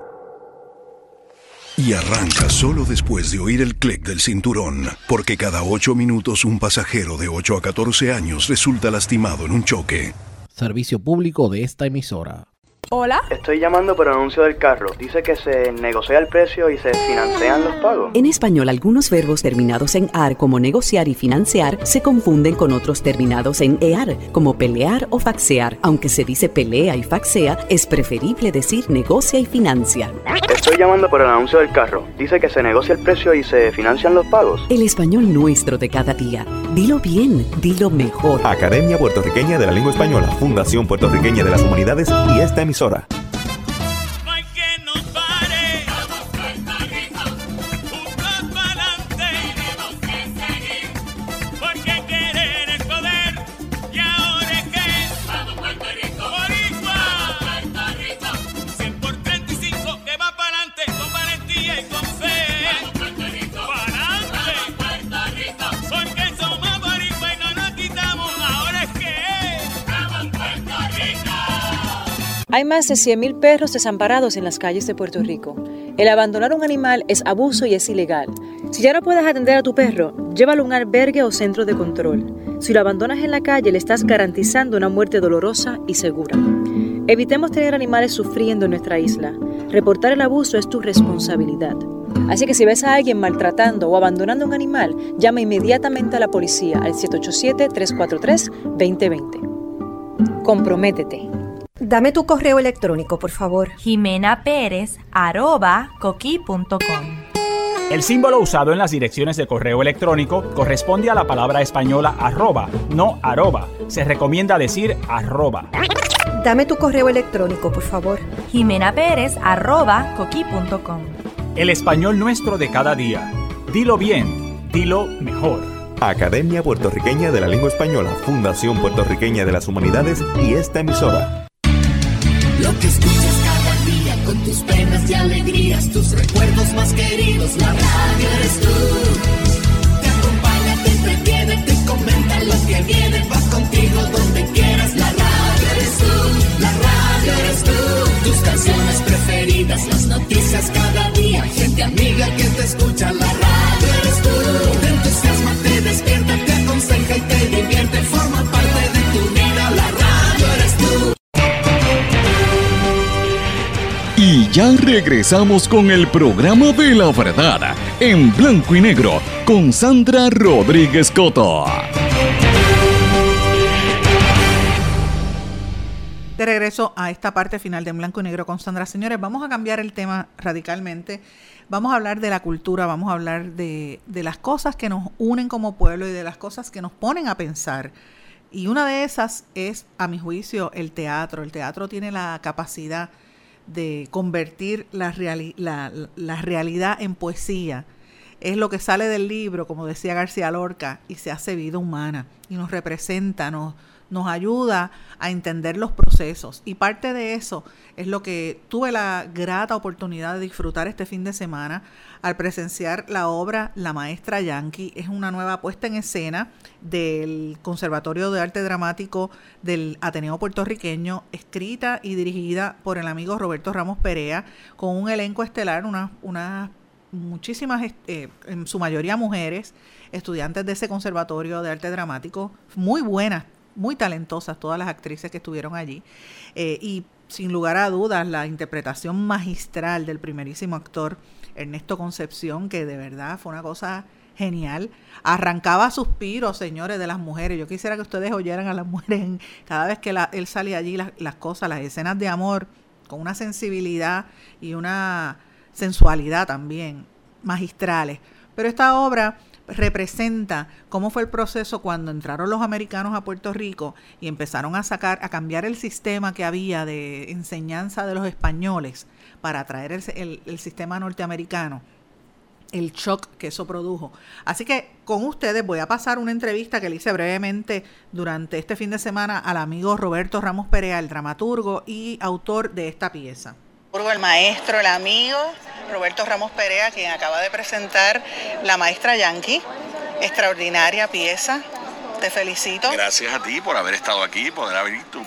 Y arranca solo después de oír el clic del cinturón, porque cada ocho minutos un pasajero de ocho a catorce años resulta lastimado en un choque. Servicio público de esta emisora. Hola. Estoy llamando por el anuncio del carro. Dice que se negocia el precio y se financian los pagos. En español, algunos verbos terminados en ar, como negociar y financiar, se confunden con otros terminados en ear, como pelear o faxear. Aunque se dice pelea y faxea, es preferible decir negocia y financia. Estoy llamando por el anuncio del carro. Dice que se negocia el precio y se financian los pagos. El español nuestro de cada día. Dilo bien, dilo mejor. Academia Puertorriqueña de la Lengua Española, Fundación Puertorriqueña de las Humanidades y esta emisora. No hay que nos pare. Vamos Puerto Rico, juntos para adelante. Tenemos que seguir, porque querer es poder. Y ahora es que vamos Puerto Rico, Boricua, Puerto Rico. cien por treinta y cinco que va para adelante con valentía y con fe. Vamos Puerto Rico, para adelante, Puerto Rico, porque somos boricua y no nos quitamos. Ahora es que vamos Puerto Rico. Hay más de cien mil perros desamparados en las calles de Puerto Rico. El abandonar un animal es abuso y es ilegal. Si ya no puedes atender a tu perro, llévalo a un albergue o centro de control. Si lo abandonas en la calle, le estás garantizando una muerte dolorosa y segura. Evitemos tener animales sufriendo en nuestra isla. Reportar el abuso es tu responsabilidad. Así que si ves a alguien maltratando o abandonando un animal, llama inmediatamente a la policía al siete ocho siete, tres cuatro tres, dos cero dos cero. Comprométete. Dame tu correo electrónico, por favor. Jimena Pérez, arroba, coqui punto com. El símbolo usado en las direcciones de correo electrónico corresponde a la palabra española arroba, no arroba. Se recomienda decir arroba. Dame tu correo electrónico, por favor. Jimena Pérez, arroba, coqui punto com. El español nuestro de cada día. Dilo bien, dilo mejor. Academia Puertorriqueña de la Lengua Española, Fundación Puertorriqueña de las Humanidades y esta emisora. Lo que escuchas cada día con tus penas y alegrías, tus recuerdos más queridos, la radio eres tú. Te acompaña, te entretiene, te comenta lo que viene, vas contigo donde quieras, la radio eres tú, la radio eres tú. Tus canciones preferidas, las noticias cada día, gente amiga que te escucha, la radio eres tú. Te entusiasma, te despierta, te aconseja y te divierte, forma parte de tu vida, la radio eres tú. Y ya regresamos con el programa de la verdad, en blanco y negro, con Sandra Rodríguez Coto. De regreso a esta parte final de En Blanco y Negro con Sandra. Señores, vamos a cambiar el tema radicalmente. Vamos a hablar de la cultura, vamos a hablar de, de las cosas que nos unen como pueblo y de las cosas que nos ponen a pensar. Y una de esas es, a mi juicio, el teatro. El teatro tiene la capacidad de convertir la, reali- la, la realidad en poesía. Es lo que sale del libro, como decía García Lorca, y se hace vida humana. Y nos representa, nos, nos ayuda a entender los procesos. Y parte de eso es lo que tuve la grata oportunidad de disfrutar este fin de semana al presenciar la obra La Maestra Yankee. Es una nueva puesta en escena del Conservatorio de Arte Dramático del Ateneo Puertorriqueño, escrita y dirigida por el amigo Roberto Ramos Perea, con un elenco estelar, unas una, muchísimas, eh, en su mayoría mujeres, estudiantes de ese Conservatorio de Arte Dramático, muy buenas, muy talentosas todas las actrices que estuvieron allí, eh, y sin lugar a dudas la interpretación magistral del primerísimo actor Ernesto Concepción, que de verdad fue una cosa genial. Arrancaba suspiros, señores, de las mujeres. Yo quisiera que ustedes oyeran a las mujeres en, cada vez que la, él salía allí, las, las cosas, las escenas de amor, con una sensibilidad y una sensualidad también magistrales. Pero esta obra representa cómo fue el proceso cuando entraron los americanos a Puerto Rico y empezaron a sacar, a cambiar el sistema que había de enseñanza de los españoles para traer el, el, el sistema norteamericano, el shock que eso produjo. Así que con ustedes voy a pasar una entrevista que le hice brevemente durante este fin de semana al amigo Roberto Ramos Perea, el dramaturgo y autor de esta pieza. El maestro, el amigo Roberto Ramos Perea, quien acaba de presentar La Maestra Yankee, extraordinaria pieza. Te felicito. Gracias a ti por haber estado aquí, poder haber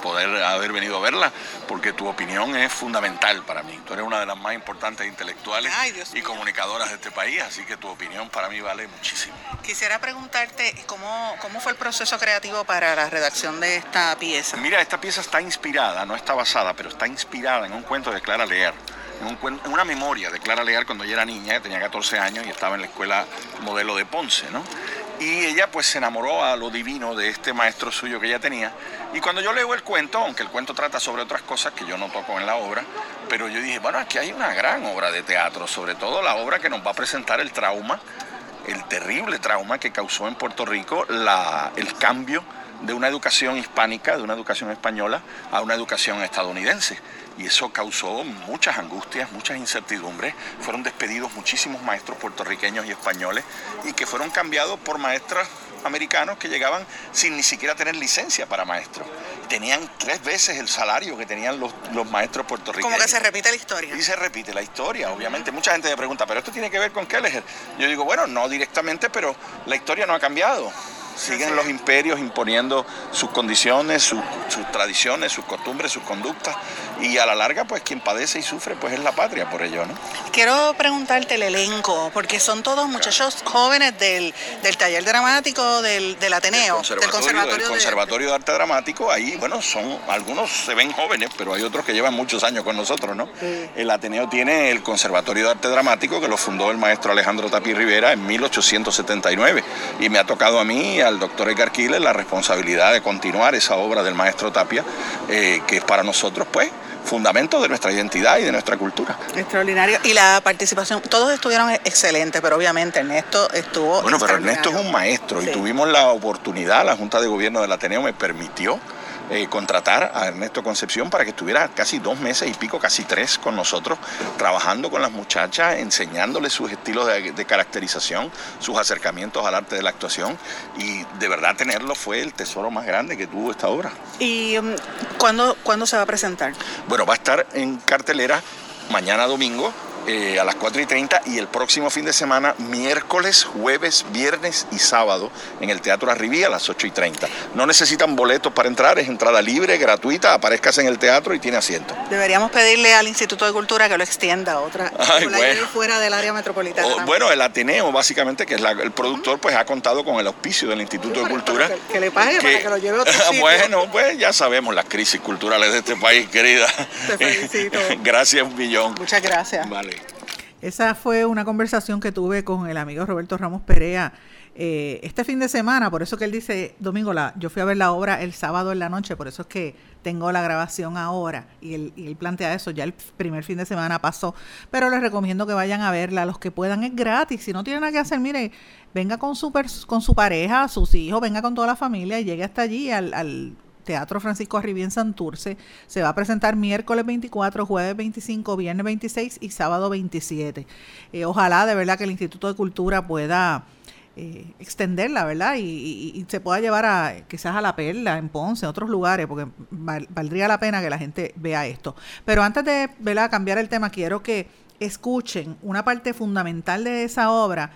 poder haber venido a verla, porque tu opinión es fundamental para mí. Tú eres una de las más importantes intelectuales y comunicadoras de este país, así que tu opinión para mí vale muchísimo. Quisiera preguntarte cómo, cómo fue el proceso creativo para la redacción de esta pieza. Mira, esta pieza está inspirada, no está basada, pero está inspirada en un cuento de Clara Lear. En, un cuento, en una memoria de Clara Lear cuando ella era niña, tenía catorce años y estaba en la escuela modelo de Ponce, ¿no? Y ella pues se enamoró a lo divino de este maestro suyo que ella tenía. Y cuando yo leo el cuento, aunque el cuento trata sobre otras cosas que yo no toco en la obra, pero yo dije, bueno, aquí hay una gran obra de teatro, sobre todo la obra que nos va a presentar el trauma, el terrible trauma que causó en Puerto Rico la, el cambio de una educación hispánica, de una educación española, a una educación estadounidense. Y eso causó muchas angustias, muchas incertidumbres. Fueron despedidos muchísimos maestros puertorriqueños y españoles y que fueron cambiados por maestros americanos que llegaban sin ni siquiera tener licencia para maestros. Tenían tres veces el salario que tenían los, los maestros puertorriqueños. Como que se repite la historia. Y se repite la historia, obviamente. Mucha gente me pregunta, ¿pero esto tiene que ver con Kelleher? Yo digo, bueno, no directamente, pero la historia no ha cambiado. Siguen los imperios imponiendo sus condiciones, sus, sus tradiciones, sus costumbres, sus conductas, y a la larga pues quien padece y sufre pues es la patria por ello, ¿no? Quiero preguntarte el elenco, porque son todos muchachos jóvenes del, del taller dramático del, del Ateneo, del conservatorio, del conservatorio, del conservatorio de... de Arte Dramático. Ahí, bueno, son algunos se ven jóvenes, pero hay otros que llevan muchos años con nosotros, ¿no? Sí. El Ateneo tiene el Conservatorio de Arte Dramático, que lo fundó el maestro Alejandro Tapí Rivera en mil ochocientos setenta y nueve, y me ha tocado a mí, al doctor Edgar Quiles, la responsabilidad de continuar esa obra del maestro Tapia, eh, que es para nosotros, pues, fundamento de nuestra identidad y de nuestra cultura. Extraordinario. Y la participación, todos estuvieron excelentes, pero obviamente Ernesto estuvo Bueno, pero Ernesto es un maestro, sí. Y tuvimos la oportunidad, la Junta de Gobierno del Ateneo me permitió Eh, contratar a Ernesto Concepción para que estuviera casi dos meses y pico, casi tres, con nosotros, trabajando con las muchachas, enseñándoles sus estilos de, de caracterización, sus acercamientos al arte de la actuación, y de verdad tenerlo fue el tesoro más grande que tuvo esta obra. ¿Y um, ¿cuándo, cuándo se va a presentar? Bueno, va a estar en cartelera mañana domingo, Eh, a las cuatro y treinta, y el próximo fin de semana, miércoles, jueves, viernes y sábado, en el Teatro Arribí a las ocho y treinta. No necesitan boletos para entrar, es entrada libre, gratuita, aparezcas en el teatro y tiene asiento. Deberíamos pedirle al Instituto de Cultura que lo extienda a otra, Ay, bueno. fuera del área metropolitana. O, bueno, el Ateneo, básicamente, que es la, el productor, pues ha contado con el auspicio del Instituto sí, de Cultura. Que, que le pague que, para que lo lleve a otro sitio. Bueno, pues ya sabemos las crisis culturales de este país, querida. Te felicito. Gracias un millón. Muchas gracias. Vale. Esa fue una conversación que tuve con el amigo Roberto Ramos Perea eh, este fin de semana, por eso que él dice, Domingo, la, yo fui a ver la obra el sábado en la noche, por eso es que tengo la grabación ahora, y él, y él plantea eso, ya el primer fin de semana pasó, pero les recomiendo que vayan a verla, los que puedan, es gratis, si no tienen nada que hacer, mire, venga con su, con su pareja, sus hijos, venga con toda la familia y llegue hasta allí al... al Teatro Francisco Arribí en Santurce. Se va a presentar miércoles veinticuatro, jueves veinticinco, viernes veintiséis y sábado veintisiete. Eh, ojalá de verdad que el Instituto de Cultura pueda eh, extenderla, ¿verdad? Y, y, y se pueda llevar a quizás a La Perla, en Ponce, en otros lugares, porque val, valdría la pena que la gente vea esto. Pero antes de, ¿verdad?, cambiar el tema, quiero que escuchen una parte fundamental de esa obra,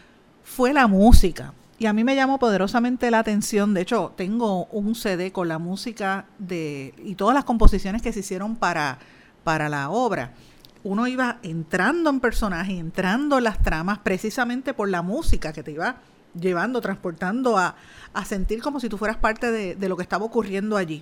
fue la música. Y a mí me llamó poderosamente la atención. De hecho, tengo un C D con la música de y todas las composiciones que se hicieron para, para la obra. Uno iba entrando en personaje, entrando en las tramas, precisamente por la música que te iba llevando, transportando a, a sentir como si tú fueras parte de, de lo que estaba ocurriendo allí.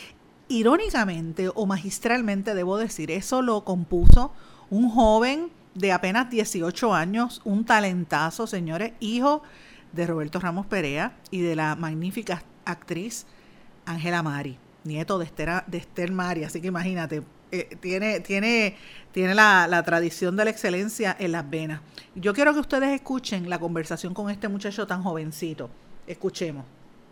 Irónicamente o magistralmente, debo decir, eso lo compuso un joven de apenas dieciocho años, un talentazo, señores, hijo de Roberto Ramos Perea y de la magnífica actriz Ángela Mari, nieto de Esther, de Esther Mari, así que imagínate, eh, tiene, tiene, tiene la, la tradición de la excelencia en las venas. Yo quiero que ustedes escuchen la conversación con este muchacho tan jovencito. Escuchemos.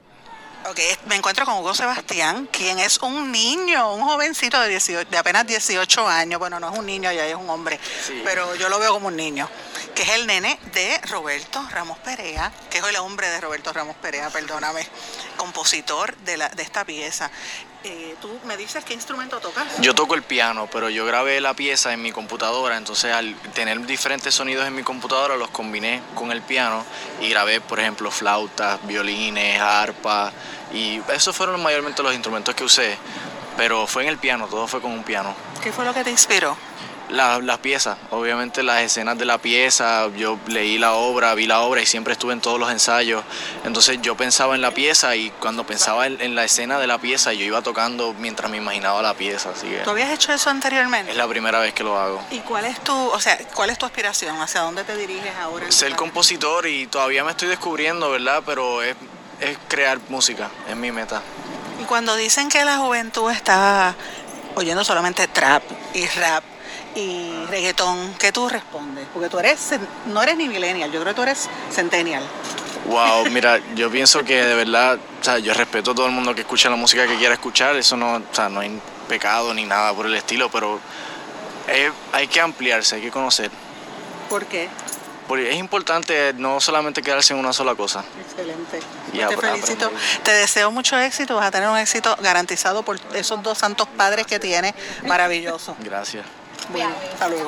Ok, me encuentro con Hugo Sebastián, quien es un niño, un jovencito de, dieciocho, de apenas dieciocho años. Bueno, no es un niño, ya es un hombre, sí, pero yo lo veo como un niño, que es el nene de Roberto Ramos Perea, que es el hombre de Roberto Ramos Perea, perdóname, compositor de, la, de esta pieza. Eh, ¿Tú me dices qué instrumento tocas? Yo toco el piano, pero yo grabé la pieza en mi computadora, entonces al tener diferentes sonidos en mi computadora los combiné con el piano y grabé, por ejemplo, flautas, violines, arpa, y esos fueron mayormente los instrumentos que usé. pero fue en el piano, todo fue con un piano. ¿Qué fue lo que te inspiró? La, las piezas, obviamente las escenas de la pieza, yo leí la obra, vi la obra y siempre estuve en todos los ensayos, entonces yo pensaba en la pieza y cuando pensaba en, en la escena de la pieza yo iba tocando mientras me imaginaba la pieza, así que... ¿Tú habías hecho eso anteriormente? Es la primera vez que lo hago. ¿Y cuál es tu, o sea, cuál es tu aspiración? ¿Hacia dónde te diriges ahora? Ser compositor y todavía me estoy descubriendo, ¿verdad? Pero es, es crear música, es mi meta. Y cuando dicen que la juventud está oyendo solamente trap y rap, y reggaetón, ¿qué tú respondes? Porque tú eres, no eres ni millennial, yo creo que tú eres centennial. Wow, mira, yo pienso que de verdad, o sea, yo respeto a todo el mundo que escucha la música que quiera escuchar, eso no, o sea, no hay pecado ni nada por el estilo, pero es, hay que ampliarse, hay que conocer. ¿Por qué? Porque es importante no solamente quedarse en una sola cosa. Excelente. Y te felicito. Te deseo mucho éxito, vas a tener un éxito garantizado por esos dos santos padres que tienes, maravilloso. Gracias. Bueno, hasta luego.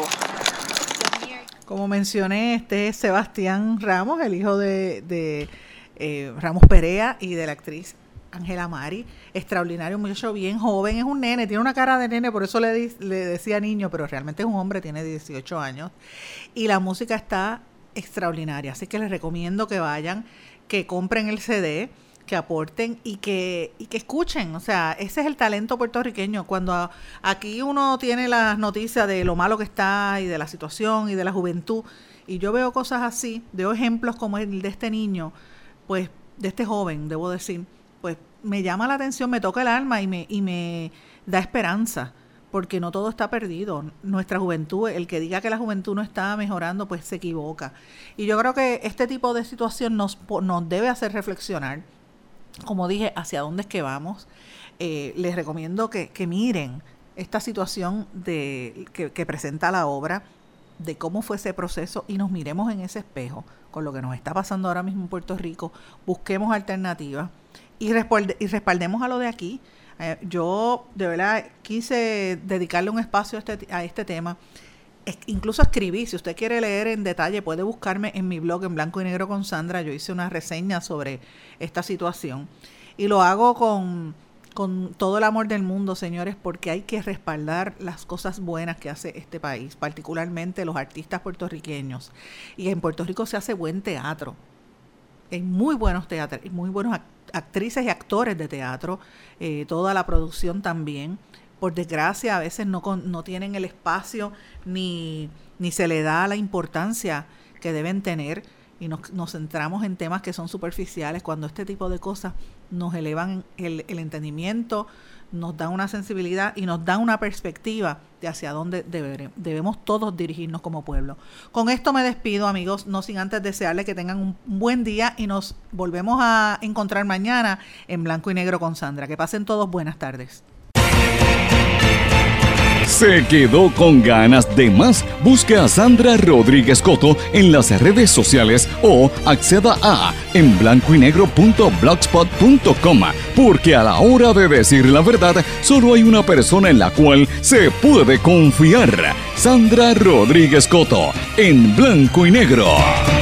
Como mencioné, este es Sebastián Ramos, el hijo de, de eh, Ramos Perea y de la actriz Ángela Mari. Extraordinario, un muchacho bien joven, es un nene, tiene una cara de nene, por eso le, di, le decía niño, pero realmente es un hombre, tiene dieciocho años. Y la música está extraordinaria, así que les recomiendo que vayan, que compren el C D, que aporten y que y que escuchen, o sea, ese es el talento puertorriqueño. Cuando a, aquí uno tiene las noticias de lo malo que está y de la situación y de la juventud, y yo veo cosas así, veo ejemplos como el de este niño, pues de este joven, debo decir, pues me llama la atención, me toca el alma y me y me da esperanza, porque no todo está perdido. Nuestra juventud, el que diga que la juventud no está mejorando, pues se equivoca. Y yo creo que este tipo de situación nos nos debe hacer reflexionar, como dije, hacia dónde es que vamos. Eh, les recomiendo que, que miren esta situación de que, que presenta la obra, de cómo fue ese proceso, y nos miremos en ese espejo con lo que nos está pasando ahora mismo en Puerto Rico. Busquemos alternativas y, respalde, y respaldemos a lo de aquí. Eh, yo de verdad quise dedicarle un espacio a este, a este tema. Es, incluso escribí, si usted quiere leer en detalle, puede buscarme en mi blog en Blanco y Negro con Sandra. Yo hice una reseña sobre esta situación y lo hago con, con todo el amor del mundo, señores, porque hay que respaldar las cosas buenas que hace este país, particularmente los artistas puertorriqueños. Y en Puerto Rico se hace buen teatro, hay muy buenos teatros, muy buenos actrices y actores de teatro, eh, toda la producción también. Por desgracia, a veces no, con, no tienen el espacio ni, ni se le da la importancia que deben tener, y nos, nos centramos en temas que son superficiales, cuando este tipo de cosas nos elevan el, el entendimiento, nos dan una sensibilidad y nos dan una perspectiva de hacia dónde debe, debemos todos dirigirnos como pueblo. Con esto me despido, amigos, no sin antes desearles que tengan un buen día y nos volvemos a encontrar mañana en Blanco y Negro con Sandra. Que pasen todos buenas tardes. ¿Se quedó con ganas de más? Busque a Sandra Rodríguez Coto en las redes sociales o acceda a en blanco y negro punto blogspot punto com, porque a la hora de decir la verdad, solo hay una persona en la cual se puede confiar. Sandra Rodríguez Coto en Blanco y Negro.